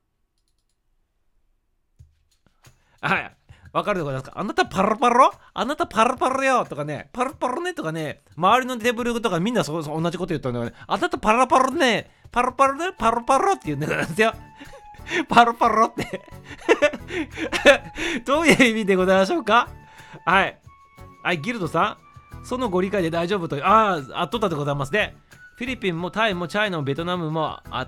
はい。わかるでございますか？あなたパロパロあなたパロパロよとかね、パロパロねとかね、周りのテーブルとかみんなそうそう同じこと言ったんだよね。あなたパロパロね、パロパロね、パロパロって言うんでございますよ。パロパロって。どういう意味でございましょうか？はい。はい、ギルドさん、そのご理解で大丈夫と、ああ、あっとったでございますね。フィリピンもタイもチャイナもベトナムもあって、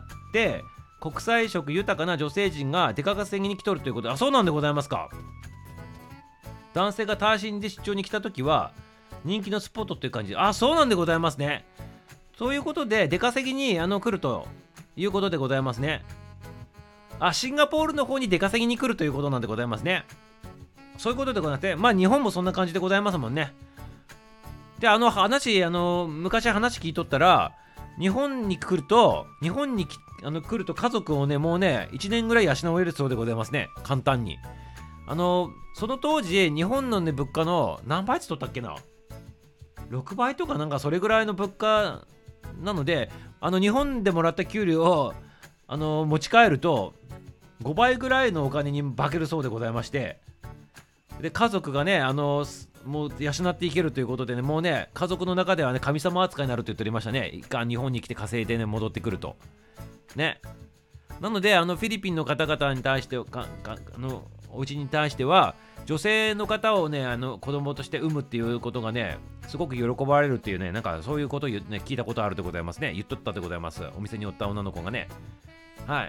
国際色豊かな女性陣が出稼ぎに来とるということで、あ、そうなんでございますか。男性が単身で出張に来たときは、人気のスポットっていう感じで、あ、そうなんでございますね。そういうことで、出稼ぎにあの来るということでございますね。あ、シンガポールの方に出稼ぎに来るということなんでございますね。そういうことでございまして、まあ日本もそんな感じでございますもんね。で、あの話、あの昔話聞いとったら、日本に来ると、日本にあの来ると家族をね、もうね、いちねんぐらい養えるそうでございますね。簡単に。あの、その当時、日本のね、物価の何倍って取ったっけな ?ろく 倍とかなんかそれぐらいの物価なので、あの日本でもらった給料をあの持ち帰るとごばいぐらいのお金に化けるそうでございまして、で家族がね、あのもう養っていけるということでね、もうね、家族の中ではね、神様扱いになると言っておりましたね。一回日本に来て稼いでね、戻ってくると。ね。なので、あのフィリピンの方々に対して、かかあのお家に対しては、女性の方をね、あの子供として産むっていうことがね、すごく喜ばれるっていうね、なんかそういうことを言う、ね、聞いたことあるでございますね。言っとったでございます。お店におった女の子がね。はい。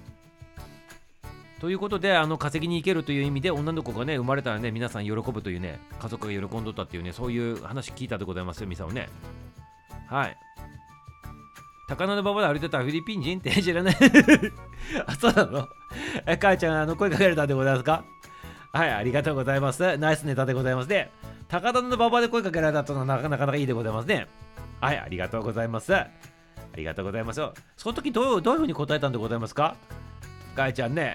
ということで、あの稼ぎに行けるという意味で、女の子がね、生まれたらね、皆さん喜ぶというね、家族が喜んどったっていうね、そういう話聞いたでございますよ、ミサをね。はい。高菜の馬場で歩いてたらフィリピン人って知らないあ、そうなのえ、母ちゃん、あの声かけられたでございますか？はい、ありがとうございます。ナイスネタでございますね。高田の馬場で声かけられたというのはなかなかいいでございますね。はい、ありがとうございます。ありがとうございます。その時どう、どういうふうに答えたんでございますか？母ちゃんね。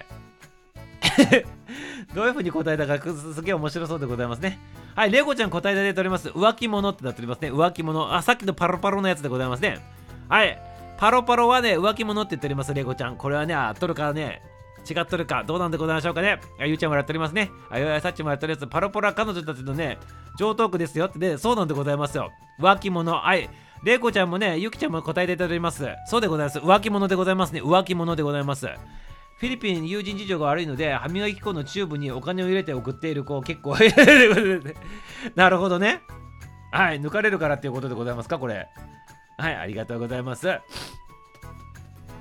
どういうふうに答えたか す, すげえ面白そうでございますね。はい、レゴちゃん答えいただいております。浮気者ってなっておりますね。浮気者。あ、さっきのパロパロのやつでございますね。はい、パロパロはね、浮気者って言っております、レゴちゃん。これはね、あっとるからね、違っとるか、どうなんでございましょうかね。あ、ゆうちゃんもやっておりますね。あ、ゆうやさっちもやっております。パロパロは彼女たちのね、上等句ですよってね、そうなんでございますよ。浮気者。はい、レゴちゃんもね、ゆきちゃんも答えていただいております。そうでございます。浮気者でございますね。浮気者でございます。フィリピン友人事情が悪いので、歯磨き粉のチューブにお金を入れて送っている子結構なるほどね。はい、抜かれるからっていうことでございますか、これ。はい、ありがとうございます。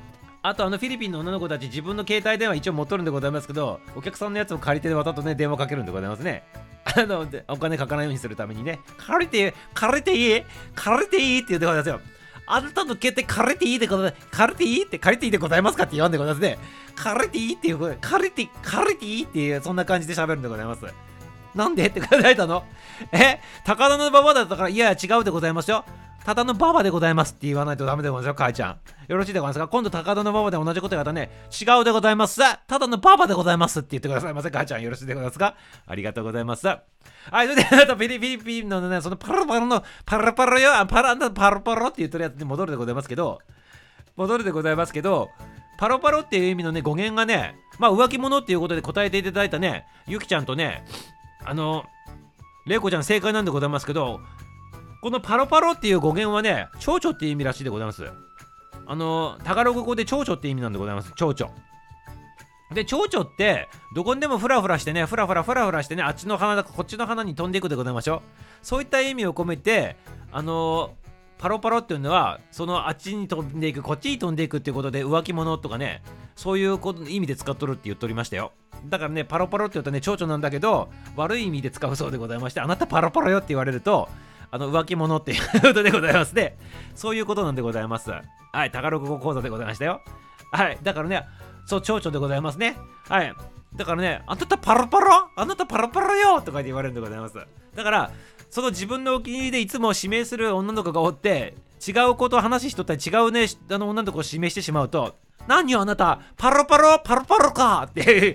あとあのフィリピンの女の子たち自分の携帯電話一応持っとるんでございますけど、お客さんのやつを借りてわざとね電話かけるんでございますね。あのでお金かからないようにするためにね、借りて借りていい借りていいって言ってくださいよ。あなたの携帯借りていいでございます。借りていいって借りていいでございますかって言わんでございますね。借りていいっていうことで、借りて借りていいっていうそんな感じで喋るんでございます。なんでって答えたの？え高田の馬場だったから、いやいや違うでございますよ。ただの馬場でございますって言わないとダメでございますよ、母ちゃん。よろしいでございますか？今度高田の馬場で同じこと言われたらね、違うでございます。ただの馬場でございますって言ってくださいませ、母ちゃん。よろしいでございますか？ありがとうございます。はい、それで、あとフィリフィリピンのね、そのパラパラの、パラパラよ、パラパラパラって言ってるやつに戻るでございますけど、戻るでございますけど、パロパロっていう意味のね、語源がね、まあ浮気者っていうことで答えていただいたね、ゆきちゃんとね、あの、れいこちゃん正解なんでございますけど、このパロパロっていう語源はね、蝶々っていう意味らしいでございます。あの、タガログ語で蝶々って意味なんでございます。蝶々。で、蝶々ってどこにでもフラフラしてね、フラフラフラフラしてね、あっちの花だかこっちの花に飛んでいくでございましょう。そういった意味を込めて、あのパロパロっていうのは、そのあっちに飛んでいく、こっちに飛んでいくっていうことで、浮気者とかね、そういうこと意味で使っとるって言っておりましたよ。だからね、パロパロって言うとね、蝶々なんだけど、悪い意味で使うそうでございまして、あなたパロパロよって言われると、あの浮気者っていうことでございますね。そういうことなんでございます。はい、タガログ語講座でございましたよ。はい、だからね、そう、蝶々でございますね。はい。だからね、あなたパロパロあなたパロパロよとか言われるんでございます。だから、その自分のお気に入りでいつも指名する女の子がおって、違うことを話しとったり、違うね、あの女の子を指名してしまうと、何よあなた、パロパロ、パロパロかって、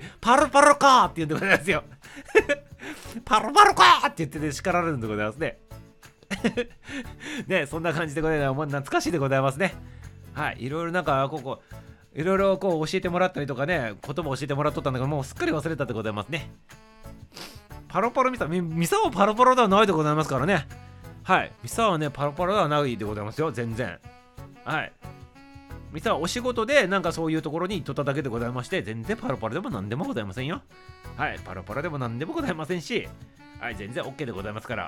パロパロかって言うんでございますよ。パロパロかって言ってね、叱られるんでございますね。ね、そんな感じでございます。もう懐かしいでございますね。はい、いろいろなんか、ここ、いろいろこう教えてもらったりとかね、ことも教えてもらっとったんだけど、もうすっかり忘れたでございますね。パロパロミサ、ミサはパロパロではないでございますからね。はい、ミサはね、パロパロではないでございますよ、全然。はい。ミサはお仕事でなんかそういうところに行っとっただけでございまして、全然パロパロでもなんでもございませんよ。はい、パロパロでもなんでもございませんし、はい、全然 OK でございますから。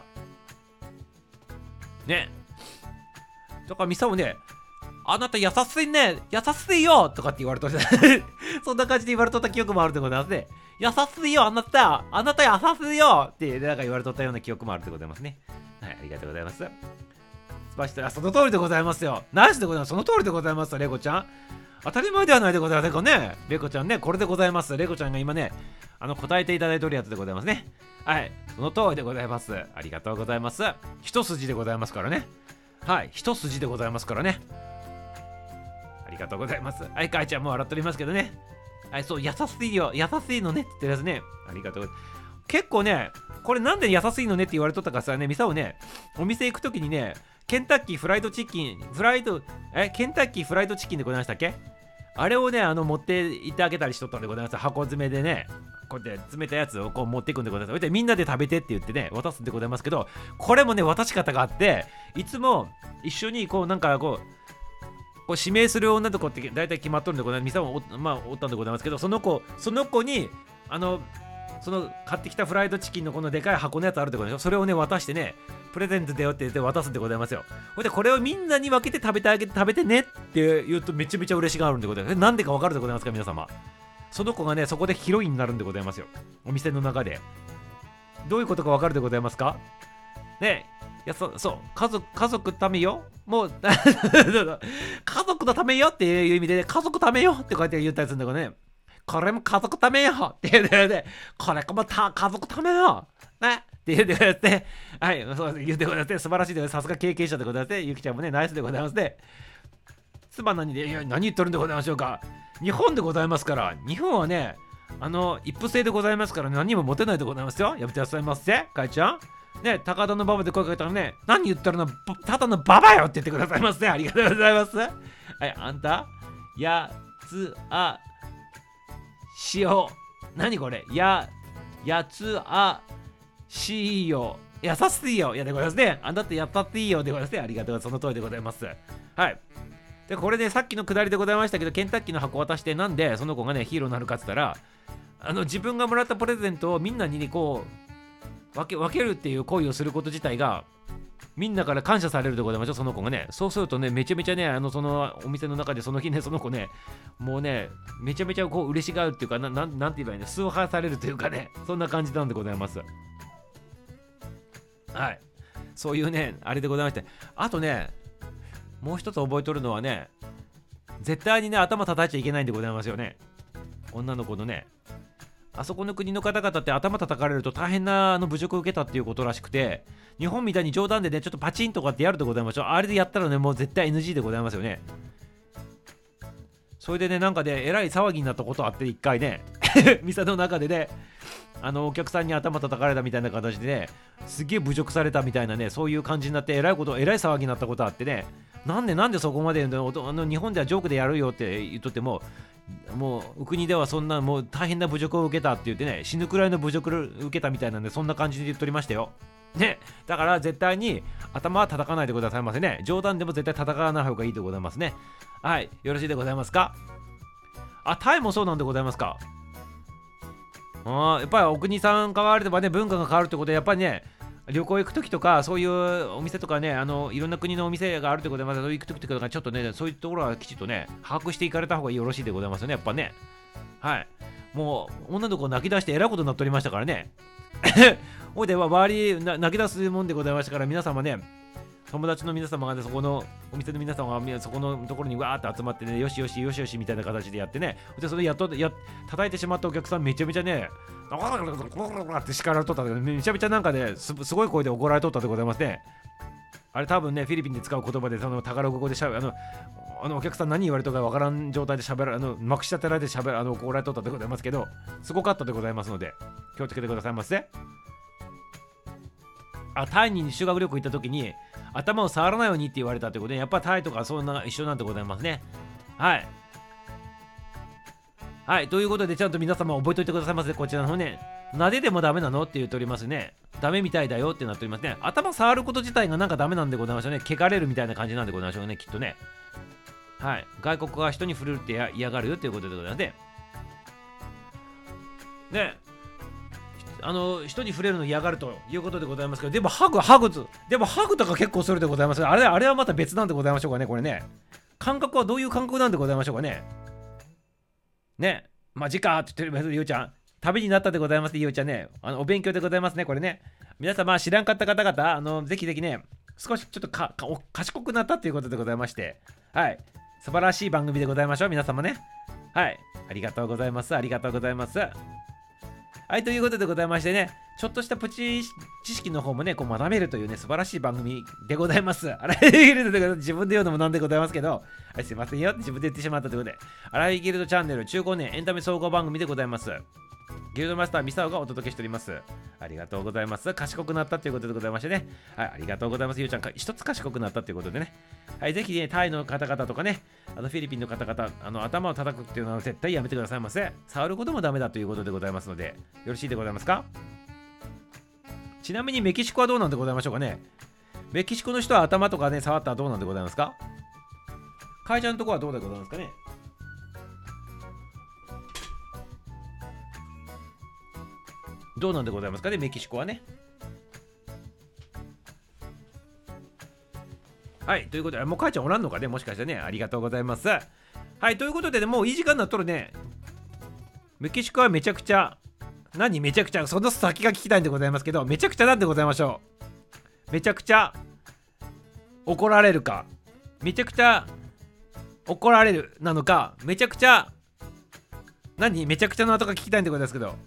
ね。だからミサをね、あなた優しいね、優しいよとかって言われとったそんな感じで言われとった記憶もあるでございますね。優しいよあなた、あなた優しいよってなんか言われとったような記憶もあるでございますね。はい、ありがとうございます。スパシト、あ、その通りでございますよ。ナイスでございます。その通りでございます、レコちゃん。当たり前ではないでございませんかね。レコちゃんね、これでございます。レコちゃんが今ね、あの答えていただいておるやつでございますね。はい、その通りでございます。ありがとうございます。一筋でございますからね。はい、一筋でございますからね。ありがとうございます。はい、かいちゃんも笑っておりますけどね。はい、そう、優しいよ、優しいのねって言ってるやつね。ありがとう。結構ね、これなんで優しいのねって言われとったかさね、ミサをね、お店行くときにね、ケンタッキーフライドチキン、フライド、え、ケンタッキーフライドチキンでございましたっけ？あれをね、あの、持って行ってあげたりしとったんでございます。箱詰めでね、こうやって詰めたやつをこう持っていくんでございます。それでみんなで食べてって言ってね、渡すんでございますけど、これもね、渡し方があって、いつも一緒にこう、なんかこう、こう指名する女の子って大体決まっとるんでございます。ミサもお、まあ、おったんでございますけど、その子、その子に、あの、その買ってきたフライドチキンのこのでかい箱のやつあるってことでしょ。それをね、渡してね、プレゼントだよって言って渡すんでございますよ。ほいで、これをみんなに分けて食べてあげて、食べてねって言うとめちゃめちゃ嬉しがるんでございます。なんでか分かるでございますか、皆様。その子がね、そこでヒロインになるんでございますよ。お店の中で。どういうことか分かるでございますかね。いや、そ、そう、家族、家族ためよ。もう、家族のためよっていう意味で、ね、家族ためよってこうやって言ったりするんだけどね。これも家族ためよって言うて、これもた家族ためよねって言ってくださって、はい、そう言ってくださって、素晴らしいで、さすが経験者でございますね。ゆきちゃんもね、ナイスでございますね。つま何で、いや、何言っとるんでございましょうか。日本でございますから、日本はね、あの、一夫制でございますから、ね、何も持てないでございますよ。やめてくださいませ、かいちゃん。ね、高田の馬場で声かけたらね、何言ってるの、ただのババよって言ってくださいませ。ありがとうございます。はい、あんた、やつあ、しよう。何これ、や、やつあ、しよう。優しいよ。いやでございますね。あんたってやったっていいよでございますね。ありがとう。その通りでございます。はい。で、これね、さっきのくだりでございましたけど、ケンタッキーの箱渡して、なんでその子がね、ヒーローになるかって言ったら、あの、自分がもらったプレゼントをみんなにこう、分け分けるっていう行為をすること自体がみんなから感謝されるでございましょう、その子がね。そうするとね、めちゃめちゃね、あのそのお店の中でその日ね、その子ね、もうね、めちゃめちゃこう嬉しがるっていうか、ななんなんて言えばいいね、崇拝されるというかね、そんな感じなんでございます。はい。そういうね、あれでございまして。あとね、もう一つ覚えとるのはね、絶対にね、頭叩いちゃいけないんでございますよね。女の子のね。あそこの国の方々って頭叩かれると大変なあの侮辱を受けたっていうことらしくて、日本みたいに冗談でね、ちょっとパチンとかってやるでございましょう。あれでやったらね、もう絶対 エヌジー でございますよね。それでね、なんかね、えらい騒ぎになったことあって、一回ね、店の中でね、あのお客さんに頭叩かれたみたいな形でね、すげえ侮辱されたみたいなね、そういう感じになって、えらいこと、えらい騒ぎになったことあってね、なんでなんでそこまであの日本ではジョークでやるよって言っとっても、もうお国ではそんなもう大変な侮辱を受けたって言ってね、死ぬくらいの侮辱を受けたみたいなんで、そんな感じで言っとりましたよ。ね、だから絶対に頭は叩かないでくださいませね。冗談でも絶対叩かない方がいいでございますね。はい、よろしいでございますか。あ、タイもそうなんでございますか。あ、やっぱりお国さん変わればね、文化が変わるってことで、やっぱりね、旅行行くときとか、そういうお店とかね、あのいろんな国のお店があるってことで、また行くときとか、ちょっとね、そういうところはきちっとね、把握していかれた方がよろしいでございますよね、やっぱね。はい。もう、女の子泣き出してえらいことになっておりましたからね。ほいで、周りな泣き出すもんでございましたから、皆様ね、友達の皆様がね、そこのお店の皆様がそこのところにわーって集まってね、よしよしよしよしみたいな形でやってね、で、それやっとや叩いてしまったお客さん、めちゃめちゃね、って叱られとったで、めちゃめちゃなんかね、す, すごい声で怒られとったでございますね。あれ多分ね、フィリピンで使う言葉で、そのタガログ語でしゃべあのあのお客さん何言われたかわからん状態でしゃべらあのまくし立てられてしゃべるあの怒られとったでございますけど、すごかったでございますので、気をつけてくださいませ。あ、タイに修学旅行行った時に頭を触らないようにって言われたということで、やっぱタイとかそんな一緒なんでございますね。はいはい、ということで、ちゃんと皆様覚えておいてくださいませ。こちらの方ね、撫ででもダメなのって言っておりますね。ダメみたいだよってなっておりますね。頭触ること自体がなんかダメなんでございましょうね。汚れるみたいな感じなんでございましょうね、きっとね。はい、外国は人に触れるって嫌がるよっていうことでございますね。ね、あの人に触れるの嫌がるということでございますけど、でもハグハグズでもハグとか結構するでございます。あれあれはまた別なんでございましょうかね、これね。感覚はどういう感覚なんでございましょうかね。ね、マジかーって言ってるゆうちゃん、旅になったでございます、ゆうちゃんね。あのお勉強でございますね、これね。皆様知らんかった方々、あのぜひぜひね、少しちょっとかか賢くなったということでございまして、はい、素晴らしい番組でございましょう、皆様ね。はい、ありがとうございます、ありがとうございます。はい、ということでございましてね、ちょっとしたプチ知識の方もね、こう学べるというね、素晴らしい番組でございます。あらゆるギルドで自分で言うのもなんでございますけど、はい、すいませんよって自分で言ってしまったということで、アラフィギルドチャンネル中高年エンタメ総合番組でございます。ギルドマスターミサオがお届けしております。ありがとうございます。賢くなったということでございましてね。はい、ありがとうございます。ゆうちゃん、一つ賢くなったということでね。はい、ぜひね、タイの方々とかね、あのフィリピンの方々、あの頭を叩くっていうのは絶対やめてくださいませ。触ることもダメだということでございますので、よろしいでございますか。ちなみにメキシコはどうなんでございましょうかね。メキシコの人は頭とかね、触ったらどうなんでございますか。会社のところはどうでございますかね。どうなんでございますかね、メキシコはね。はい、ということで、もう母ちゃんおらんのかね、もしかしてね、ありがとうございます。はい、ということでね、もういい時間になっとるね。メキシコはめちゃくちゃ、何めちゃくちゃ、その先が聞きたいんでございますけど、めちゃくちゃなんでございましょう。めちゃくちゃ怒られるか、めちゃくちゃ怒られるなのか、めちゃくちゃ、何めちゃくちゃの後が聞きたいんでございますけど、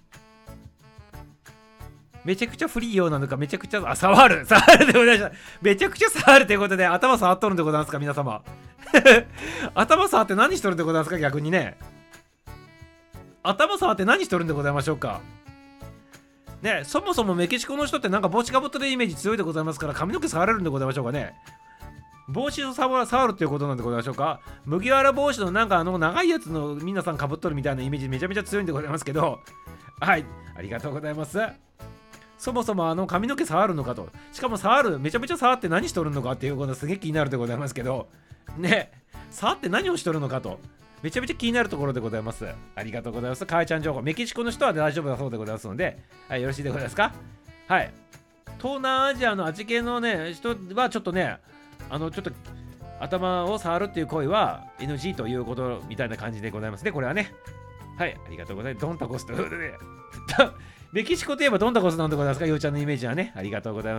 めちゃくちゃフリー用なのか、めちゃくちゃ、あ、触る触るでございました。めちゃくちゃ触るということで、頭触っとるんでございますか、皆様。頭触って何しとるんでございますか、逆にね。頭触って何しとるんでございましょうか。ね、そもそもメキシコの人ってなんか帽子かぶってるイメージ強いでございますから、髪の毛触れるんでございましょうかね。帽子を触るということなんでございましょうか。麦わら帽子のなんかあの長いやつの皆さんかぶっとるみたいなイメージめちゃめちゃ強いんでございますけど、はい、ありがとうございます。そもそもあの髪の毛触るのかと、しかも触る、めちゃめちゃ触って何しとるのかっていうことがすげえ気になるでございますけど、ね、触って何をしとるのかと、めちゃめちゃ気になるところでございます。ありがとうございます。かえちゃん情報、メキシコの人は大丈夫だそうでございますので、はい、よろしいでございますか。はい。 東南アジアのあっち系のね人はちょっとねあのちょっと頭を触るっていう行為は エヌジー ということみたいな感じでございますね。これはね。はい、ありがとうございます。ドンタコスということで。メキシコといえばドンタコスなんでございますか、ゆうちゃんのイメージはね。ありがとうございます。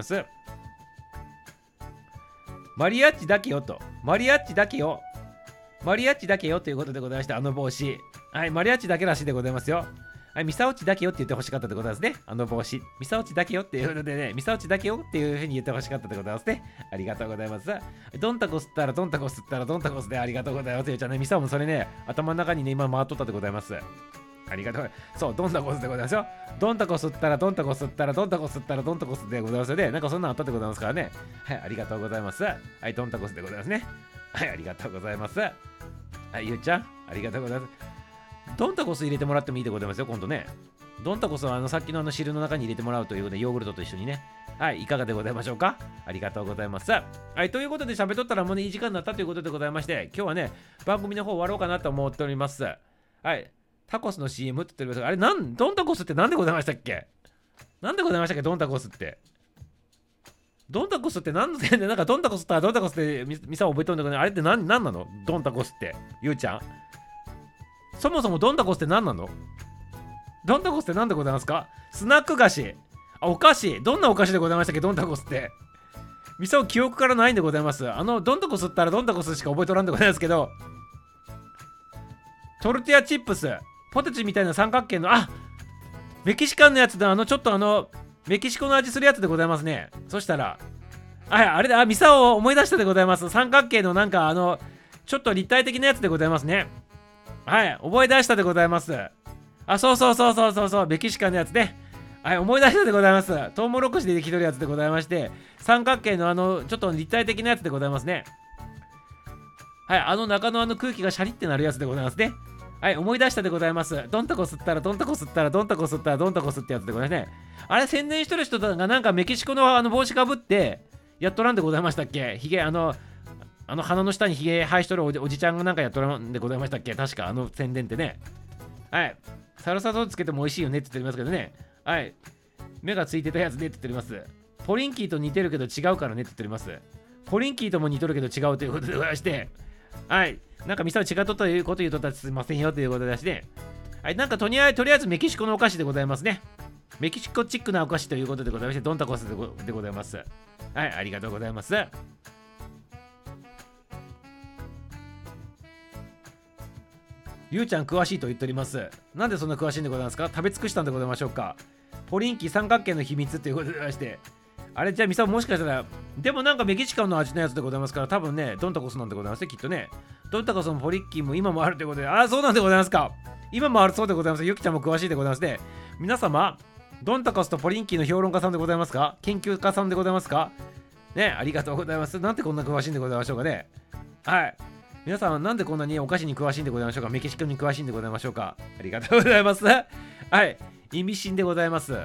マリアッチだけよと。マリアッチだけよ。マリアッチだけよということでございまして、あの帽子。はい、マリアッチだけらしいでございますよ。はい、ミサオチだけよって言ってほしかったでございますね。あの帽子。ミサオチだけよっていうことでね、ミサオチだけよっていうふうに言ってほしかったでございますね。ありがとうございます。ドンタコ吸ったらドンタコ吸ったらドンタコ吸でありがとうございます。ゆうちゃんね、ミサオもそれね、頭の中にね、今回っとったでございます。ありがとう。そう、ドンタコスでございますよ。ドンタコ吸ったらドンタコ吸ったらドンタコ吸ったらドンタコスでございますよね。なんかそんなのあったでございますからね。はい、ありがとうございます。はい、ドンタコスでございますね。はい、ありがとうございます。はい、ゆうちゃん、ありがとうございます。ドンタコス入れてもらってもいいでございますよ、今度ね。ドンタコスはあのさっきのあの汁の中に入れてもらうということで、ヨーグルトと一緒にね。はい、いかがでございましょうか。ありがとうございます。はい、ということで喋っとったらもうね、いい時間になったということでございまして、今日はね、番組の方終わろうかなと思っております。はい、タコスの シーエム って言っておりますが、あれ、なん、ドンタコスってなんでございましたっけ？なんでございましたっけ、ドンタコスって。ドンタコスって何のせいで、なんかドンタコスってドンタコスってミミサ覚えとんだけど、あれって何、何なの？ドンタコスって。ゆうちゃん。そもそもドンタコスって何なの？ドンタコスって何でございますか？スナック菓子。あ、お菓子。どんなお菓子でございましたっけ、ドンタコスって。ミサオ記憶からないんでございます。あの、ドンタコスったらドンタコスしか覚えとらんでございますけど、トルティアチップス。ポテチみたいな三角形の、あ、メキシカンのやつで、あの、ちょっとあの、メキシコの味するやつでございますね。そしたら、あ、あれだ、あ、ミサオを思い出したでございます。三角形のなんか、あの、ちょっと立体的なやつでございますね。はい、覚え出したでございます。あ、そうそうそうそうそうそう、メキシカンのやつね。はい、思い出したでございます。トウモロコシでできとるやつでございまして、三角形のあの、ちょっと立体的なやつでございますね。はい、あの中のあの空気がシャリってなるやつでございますね。はい、思い出したでございます。ドンタコ吸ったらドンタコ吸ったらドンタコ吸ったらドンタコ吸ってやつでございますね。あれ、宣伝しとる人がなんかメキシコのあの帽子かぶってやっとらんでございましたっけ？ひげ、あの、あの鼻の下にひげ生えしとるおじ、おじちゃんがなんかやっとらんでございましたっけ？確かあの宣伝ってね。はい。サルサソースつけても美味しいよねって言っておりますけどね。はい。目がついてたやつでって言っております。ポリンキーと似てるけど違うからねって言っております。ポリンキーとも似とるけど違うということでございまして。はい。なんかミサオ違っとということ言うとったらすいませんよということでして。はい。なんかとりあえず、とりあえずメキシコのお菓子でございますね。メキシコチックなお菓子ということでございまして、ドンタコスで ご, でございます。はい。ありがとうございます。ゆうちゃん詳しいと言っております。なんでそんな詳しいんでございますか？食べ尽くしたんでございましょうか？ポリンキー三角形の秘密ということでございまして。あれじゃあミサオもしかしたら、でもなんかメキシカンの味のやつでございますから、多分ね、ドンタコスなんでございますね、きっとね。ドンタコスもポリッキーも今もあるということで、ああ、そうなんでございますか。今もあるそうでございます。ゆきちゃんも詳しいでございますね。皆様、ドンタコスとポリンキーの評論家さんでございますか？研究家さんでございますか？ね、ありがとうございます。なんでこんな詳しいんでございましょうかね。はい。皆さんはなんでこんなにお菓子に詳しいんでございましょうか？メキシコに詳しいんでございましょうか？ありがとうございます。はい。意味深でございます。はい、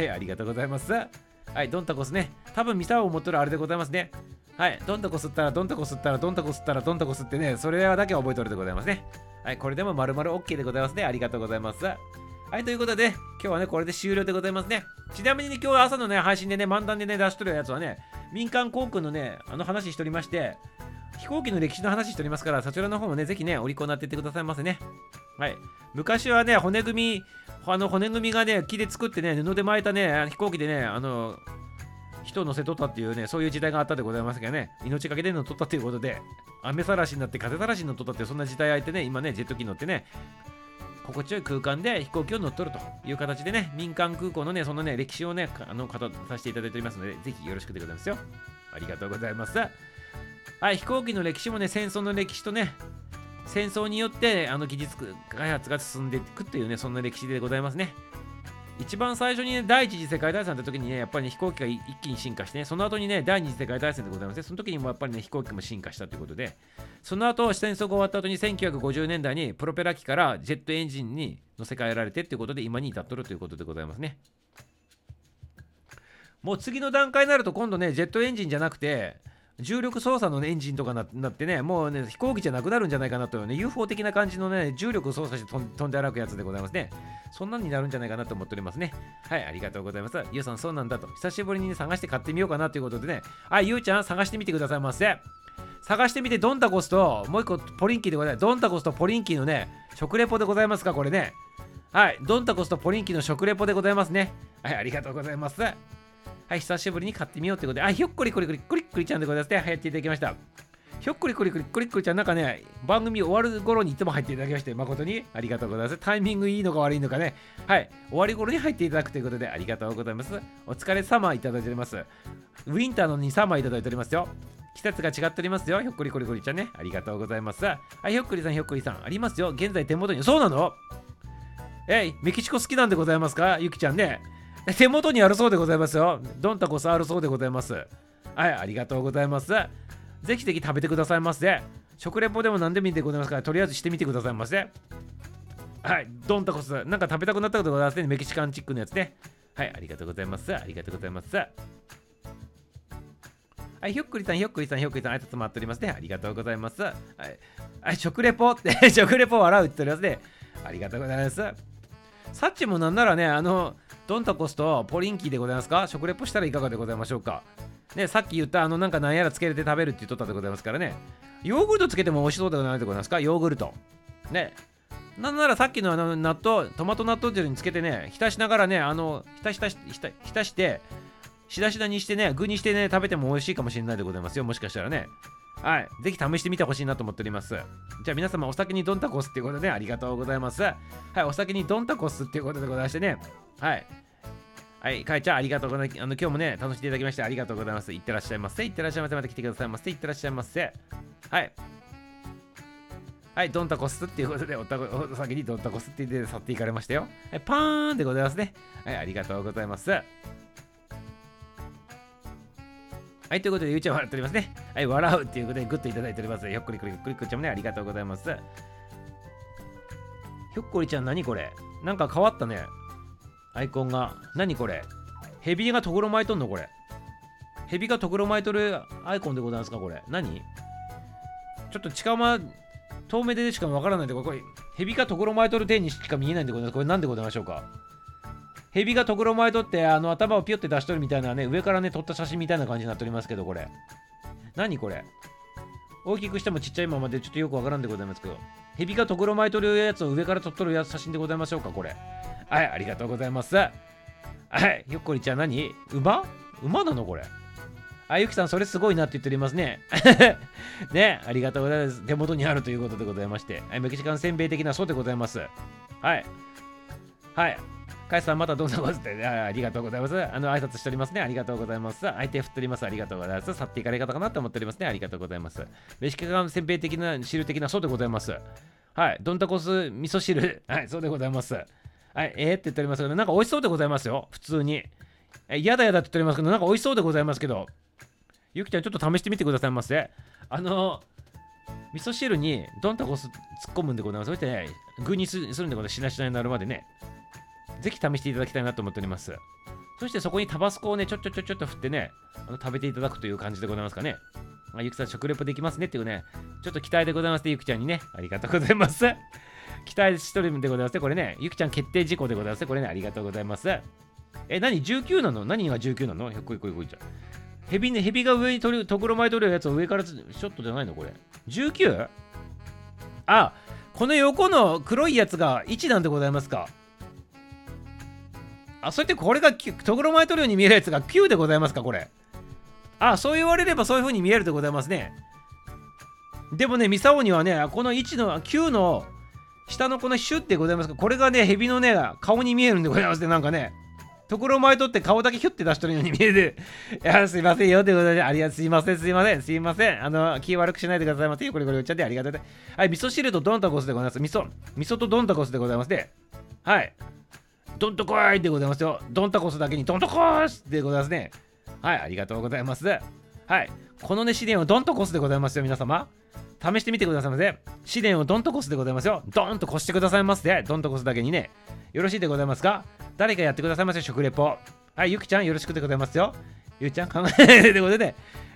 ありがとうございます。はい、ドンタコスね。多分ミサオを持っとるあれでございますね。はい、ドンタコ吸ったらドンタコ吸ったらドンタコ吸ったらドンタコ吸ってね、それだけは覚えとるでございますね。はい、これでも丸々 OK でございますね。ありがとうございます。はい、ということで、今日はね、これで終了でございますね。ちなみに、ね、今日朝のね、配信でね、漫談でね、出しとるやつはね、民間航空のね、あの話しておりまして、飛行機の歴史の話しておりますから、そちらの方もね、ぜひね、お利口になっていってくださいませね。はい。昔はね、骨組み、あの骨組みがね、木で作ってね、布で巻いたね、飛行機でね、あの、人を乗せとったっていうね、そういう時代があったでございますけどね、命かけで乗っとったということで、雨さらしになって風さらしに乗っとったっていう、そんな時代あいてね、今ね、ジェット機乗ってね、心地よい空間で飛行機を乗っ取るという形でね、民間空港のね、そのね、歴史をね、あの、語させていただいておりますので、ぜひよろしくでございますよ。ありがとうございます。はい、飛行機の歴史もね、戦争の歴史とね、戦争によってあの技術開発が進んでいくっていうね、そんな歴史でございますね。一番最初にね、第一次世界大戦の時にね、やっぱり、ね、飛行機が一気に進化してね、その後にね、第二次世界大戦でございますね。その時にもやっぱりね、飛行機も進化したということで、その後、戦争が終わった後にせんきゅうひゃくごじゅうねんだいにプロペラ機からジェットエンジンに乗せ替えられてっていうことで、今に至っとるということでございますね。もう次の段階になると、今度ね、ジェットエンジンじゃなくて、 重力操作の、ね、エンジンとかななってね、もうね、飛行機じゃなくなるんじゃないかなというね、ユーフォー 的な感じのね、重力を操作して飛ん飛んで歩くやつでございますね。そんなになるんじゃないかなと思っておりますね。はい、ありがとうございます。ゆうさん、そうなんだと。久しぶりに、ね、探して買ってみようかなということでね、はい、ゆうちゃん、探してみてくださいませ。探してみて、ドンタコスと、もう一個、ポリンキーでございます。ドンタコスとポリンキーのね、食レポでございますか、これね。はい、ドンタコスとポリンキーの食レポでございますね。はい、ありがとうございます。はい、久しぶりに買ってみようということで、あ、ひょっこりこりこりこりこりちゃんでございますね。はい、やっていただきました。ひょっこりこりこりこりこりちゃん、なんかね、番組終わる頃にいつも入っていただきまして、誠にありがとうございます。タイミングいいのか悪いのかね。はい、終わり頃に入っていただくということで、ありがとうございます。お疲れ様いただいております。ウィンターのにサマーいただいておりますよ。季節が違っておりますよ。ひょっこりこりこりちゃんね。ありがとうございます。はい、ひょっこりさん、ひょっこりさん。ありますよ。現在手元に。そうなの？えい、メキシコ好きなんでございますか？ゆきちゃんね。手元にあるそうでございますよ。ドンタコスあるそうでございます。はい、ありがとうございます。ぜひぜひ食べてくださいませ。食レポでも何でもいいでございますから、とりあえずしてみてくださいませ。はい、ドンタコス。なんか食べたくなったことでございますね。メキシカンチックのやつね。はい、ありがとうございます。ありがとうございます。はい、ひょっくりさん、ひょっくりさん、ひょっくりさん、挨拶回っておりますね。ありがとうございます。はい、はい、食レポって、食レポ笑うっておりますね。ありがとうございます。さっちもなんならね、あの、ドンタコスとポリンキーでございますか？食レポしたらいかがでございましょうか？ね、さっき言ったあのなんか何やらつけて食べるって言っとったでございますからね。ヨーグルトつけても美味しそうでございますか？ヨーグルト。ね。なんならさっきのあの納豆、トマト納豆汁につけてね、浸しながらね、あの、浸したし、浸浸して、しだしだにしてね、具にしてね、食べても美味しいかもしれないでございますよ。もしかしたらね。はい。ぜひ試してみてほしいなと思っております。じゃあ皆様お酒にドンタコスっていうことで、ね、ありがとうございます。はい。お酒にドンタコスっていうことでございましてね。はい。はい。かいちゃんありがとうございます。あの今日もね、楽しんでいただきましてありがとうございます。いってらっしゃいませ。いってらっしゃいませ。また来てくださいませ。いってらっしゃいませ。はい。はい。ドンタコスっていうことでおたお酒にドンタコスって言って去っていかれましたよ。はい。パーンでございますね。はい。ありがとうございます。はい、ということで、ゆうちゃん笑っておりますね。はい、笑うっていうことで、グッといただいております。ひょっこりこりこりこりちゃんもね、ありがとうございます。ひょっこりちゃん、何これ？なんか変わったね。アイコンが。何これ？ヘビがとぐろ巻いとんのこれ。ヘビがとぐろ巻いとるアイコンでございますかこれ。何？ちょっと近ま、遠目でしかわからないんで、これ、ヘビがとぐろ巻いとる点にしか見えないんでございます。これ何でございましょうか？ヘビがとぐろ巻いとってあの頭をピョって出しとるみたいなね、上からね撮った写真みたいな感じになっておりますけど、これ何これ？大きくしてもちっちゃいままでちょっとよくわからんでございますけど、ヘビがとぐろ巻いとるやつを上から撮っとるやつ写真でございましょうかこれ。はい、ありがとうございます。はい、ひょっこりちゃん何？馬？馬なのこれ。あ、ゆきさんそれすごいなって言っておりますね。ね、ありがとうございます。手元にあるということでございまして、はい、メキシカンせんべい的なそうでございます。はいはいカイさんまたどんなことで、ね、ありがとうございます。あの挨拶しておりますね。ありがとうございます。相手振っております。ありがとうございます。去っていかれ方かなと思っておりますね。ありがとうございます。メキシカンせんべい的な汁的なそうでございます。はい。ドンタコス味噌汁。はい。そうでございます。はい。えー、って言っておりますけど、なんか美味しそうでございますよ。普通に。え、やだやだって言っておりますけど、なんか美味しそうでございますけど、ゆきちゃんちょっと試してみてくださいませ。あの、味噌汁にドンタコス突っ込むんでございます。そしてね、具にするんでございます。しなしなになるまでね。ぜひ試していただきたいなと思っております。そしてそこにタバスコをね、ちょちょちょちょっと振ってね、あの食べていただくという感じでございますかね。あ、ゆきさん、食レポできますねっていうね、ちょっと期待でございますね、ゆきちゃんにね。ありがとうございます。期待しとるんでございますね。これね、ゆきちゃん決定事項でございますね。これね、ありがとうございます。え、何 ?じゅうきゅう なの？何がじゅうきゅうなの？ひょっこいこいこいちゃん。ヘビね、ヘビが上にとる、ところ巻いとるやつを上からショットじゃないのこれ。じゅうきゅう？ あ、この横の黒いやつがいちなんでございますか。あ、そうやってこれがとぐろ巻いとるように見えるやつがきゅうでございますかこれ。あ、そう言われればそういう風に見えるでございますね。でもね、ミサオにはね、このいちのきゅうの下のこのシュッてございますか、これがね、ヘビのね、顔に見えるんでございますね。なんかね、とぐろ巻いとって顔だけヒュッて出しとるように見える。いや、すいませんよってことで、ありがとう、すいません、すいません、すいません。あの、気悪くしないでくださいませ。これこれ言っちゃってありがとう。はい、味噌汁とドンタコスでございます。味噌、味噌とドンタコスでございますね。はい。ドンとこいでございますよ。ドンタコスだけにドンとこーすでございますね。はい、ありがとうございます。はい、このね、試練をドンとこすでございますよ、皆様。試してみてくださいませ。試練をドンとこすでございますよ。ドンとこしてくださいませ。ドンとこすだけにね。よろしいでございますか？誰かやってくださいませ、食レポ。はい、ゆきちゃんよろしくでございますよ。ゆきちゃん考えでございますね。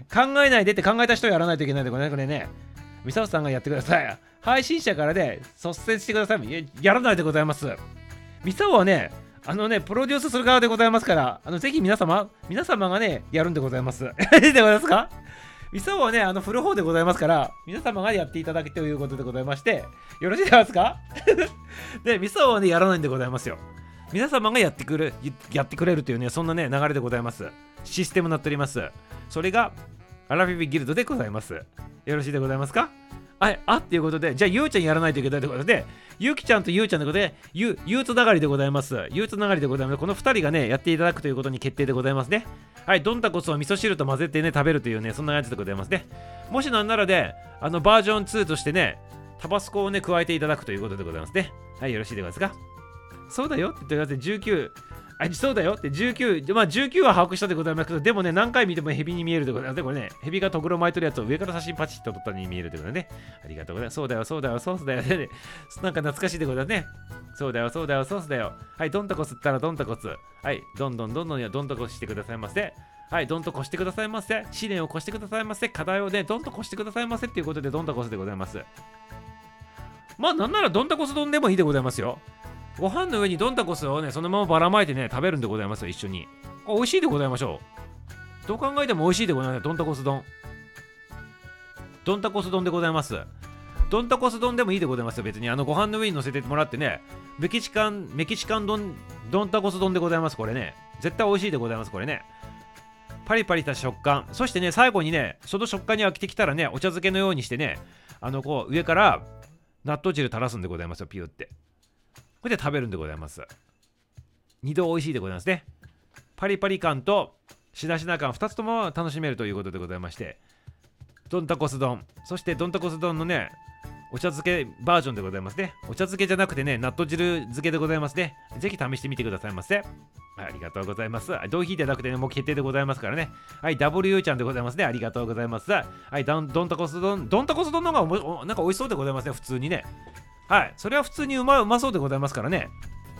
考えないでって考えた人はやらないといけないんで、これね、これね、ミサオさんがやってください。配信者からね、率先してください。いや、やらないでございます。ミサオはね、あのね、プロデュースする側でございますから、あのぜひ皆様、皆様がね、やるんでございます。でございますか？ミサオはね、あの振る方でございますから、皆様がやっていただくということでございまして、よろしいですか？で、ミサオはね、やらないんでございますよ。皆様がやってくれ、やってくれるというね、そんなね、流れでございます。システムになっております。それが、アラフィビギルドでございます。よろしいでございますか？はい、あっていうことで、じゃあ、ゆうちゃんやらないといけないということで、ゆきちゃんとゆうちゃんということで、ゆ、ゆうつながりでございます。ゆうつながりでございます。このふたりがね、やっていただくということに決定でございますね。はい、どんたこそ味噌汁と混ぜてね、食べるというね、そんなやつでございますね。もしなんならで、あの、バージョンツーとしてね、タバスコをね、加えていただくということでございますね。はい、よろしいでございますか？そうだよって言ってください。じゅうきゅう、あ、そうだよってじゅうきゅう、まあじゅうきゅうは把握したでございますけど、でもね、何回見てもヘビに見えるでございます。これね、ヘビがとぐろ巻いてるやつを上から写真パチッと撮ったに見えるということでね。ありがとうございます。そうだよ、そうだよ、ソースだよ。ね、なんか懐かしいでございますね。そうだよ、そうだよ、ソースだよ。はい、どんたこすったらどんたこす。はい、どんどんどんどんどんとこしてくださいませ。はい、どんとこしてくださいませ。試練を越してくださいませ。課題をね、どんとこしてくださいませっていうことで、どんたこすでございます。まあ、なんならどんたこす丼でもいいでございますよ。ご飯の上にドンタコスをね、そのままばらまいてね、食べるんでございますよ、一緒に。これ美味しいでございましょう。どう考えても美味しいでございますよ、ドンタコス丼。ドンタコス丼でございます。ドンタコス丼でもいいでございますよ、別に。あの、ご飯の上に乗せてもらってね、メキシカン、メキシカン丼、ドンタコス丼でございます、これね。絶対美味しいでございます、これね。パリパリした食感。そしてね、最後にね、その食感に飽きてきたらね、お茶漬けのようにしてね、あの、こう、上から納豆汁垂らすんでございますよ、ピューって。これで食べるんでございます。二度美味しいでございますね。パリパリ感としなしな感ふたつとも楽しめるということでございまして、ドンタコス丼、そしてドンタコス丼のね、お茶漬けバージョンでございますね。お茶漬けじゃなくてね、納豆汁漬けでございますね。ぜひ試してみてくださいませ。はい、ありがとうございます。同意でなくてね、もう決定でございますからね。はい、ダブリュー ちゃんでございますね。ありがとうございます。はい、ドン、ドンタコス丼、ドンタコス丼の方がおなんか美味しそうでございますね、普通にね。はい、それは普通にうまうまそうでございますからね。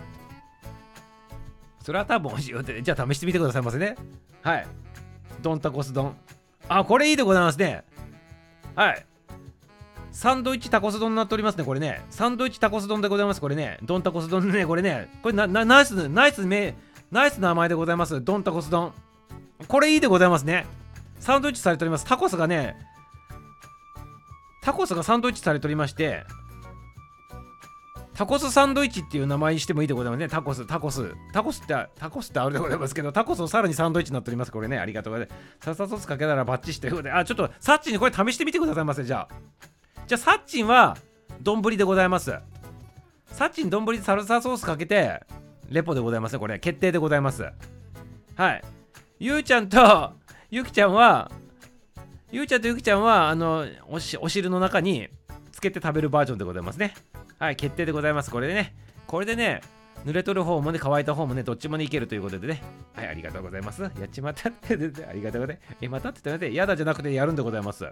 それは多分美味しいよって、じゃあ試してみてくださいませね。はい、ドンタコス丼。あ、これいいでございますね。はい。サンドイッチタコス丼になっておりますね、これね。サンドイッチタコス丼でございます、これね。ドンタコス丼ね、これね。これな、な、ナイス、ナイスめ、ナイスな名前でございます。ドンタコス丼。これいいでございますね。サンドイッチされております。タコスがね、タコスがサンドイッチされておりまして、タコスサンドイッチっていう名前にしてもいいでございますね。タコス、タコス。タコスって、タコスってあるでございますけど、タコスをさらにサンドイッチになっております。これね、ありがとうございます。サルサソースかけたらバッチシということで、あ、ちょっとサッチンにこれ試してみてくださいませ、じゃあ。じゃあ、サッチンは、丼でございます。サッチン丼でサルサソースかけて、レポでございますね、これ。決定でございます。はい。ゆうちゃんと、ゆきちゃんは、ゆうちゃんとゆきちゃんは、あの、おし、お汁の中につけて食べるバージョンでございますね。はい、決定でございます。これでね、これでね、濡れとる方もね、乾いた方もね、どっちもね、いけるということでね。はい、ありがとうございます。やっちまったって、ありがとうございます。え、またって言って、やだじゃなくてやるんでございます。はい、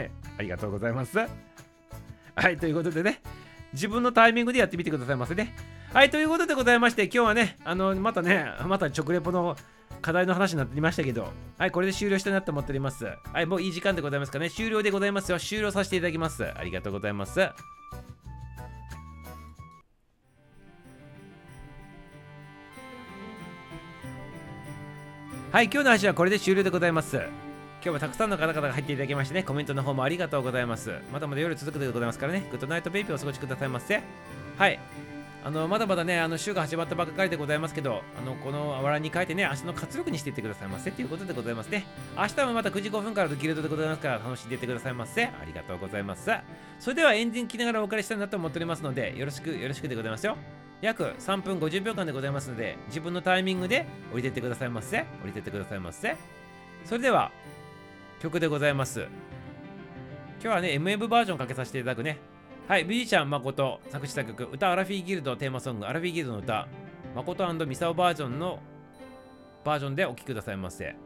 ありがとうございます。はい、ということでね、自分のタイミングでやってみてくださいませね。はい、ということでございまして、今日はね、あの、またね、また食レポの課題の話になっていましたけど、はい、これで終了したいなと思っております。はい、もういい時間でございますかね。終了でございますよ。終了させていただきます。ありがとうございます。はい、今日の話はこれで終了でございます。今日もたくさんの方々が入っていただきましてね、コメントの方もありがとうございます。まだまだ夜続くでございますからね、グッドナイトベイビーをお過ごしくださいませ。はい。あの、まだまだね、あの週が始まったばっかりでございますけど、あの、このあわらに書いてね、明日の活力にしていってくださいませということでございますね。明日もまたくじごふんからとギルドでございますから、楽しんでいってくださいませ。ありがとうございます。それではエンディング聞きながらお別れしたいなと思っておりますので、よろしくよろしくでございますよ。約さんぷんごじゅうびょうかんでございますので、自分のタイミングで降りてってくださいませ。降りてってくださいませ。それでは、曲でございます。今日はね、エムエム バージョンかけさせていただくね。はい、ミュージシャン誠作詞作曲、歌アラフィーギルドテーマソング、アラフィーギルドの歌、誠&ミサオバージョンのバージョンでお聴きくださいませ。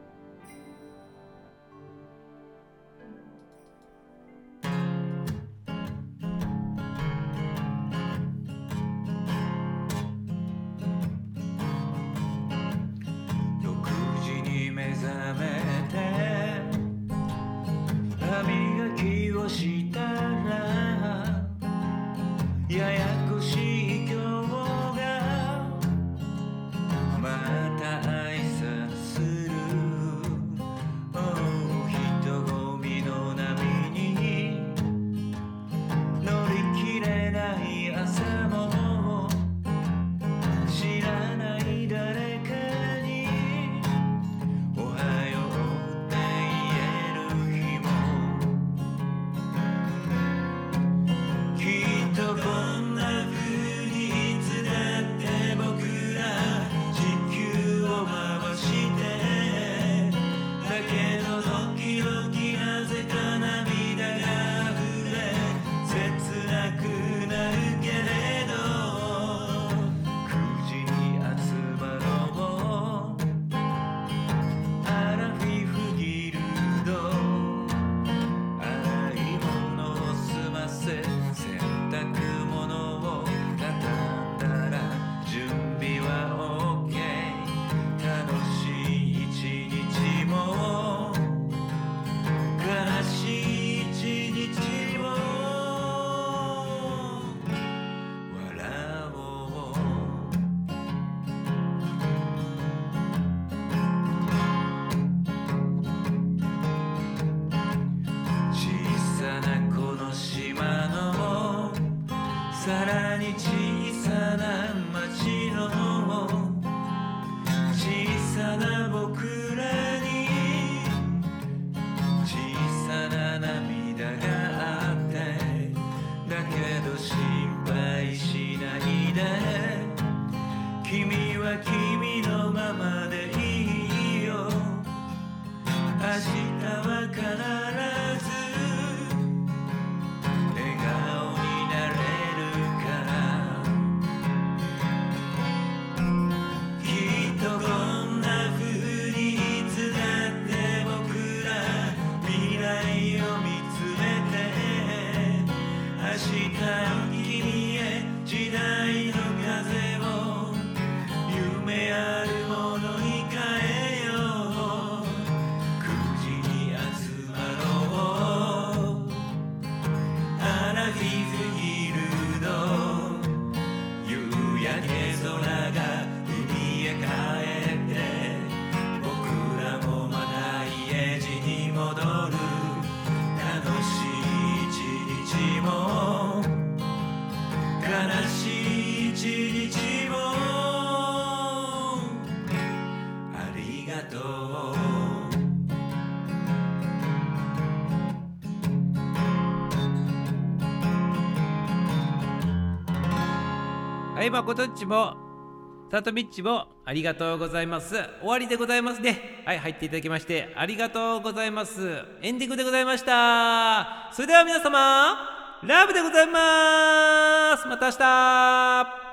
ろくじに目覚めてさらに小さな街の小さな僕らに小さな涙があってだけど心配しないで君は君のままでいいよ明日は必ず笑顔になれるからきっとこんな風にいつだって僕ら未来を見つめて明日を君へ時代の風を夢あるものに変えようくじに集まろうアラフィフギルド夕焼け空が海へ帰って僕らもまた家路に戻る楽しい一日も悲しい一日もありがとうはい、まことっちもさとみっちもありがとうございます。終わりでございますね。はい、入っていただきましてありがとうございます。エンディングでございました。それでは皆様ラブでございます。また明日。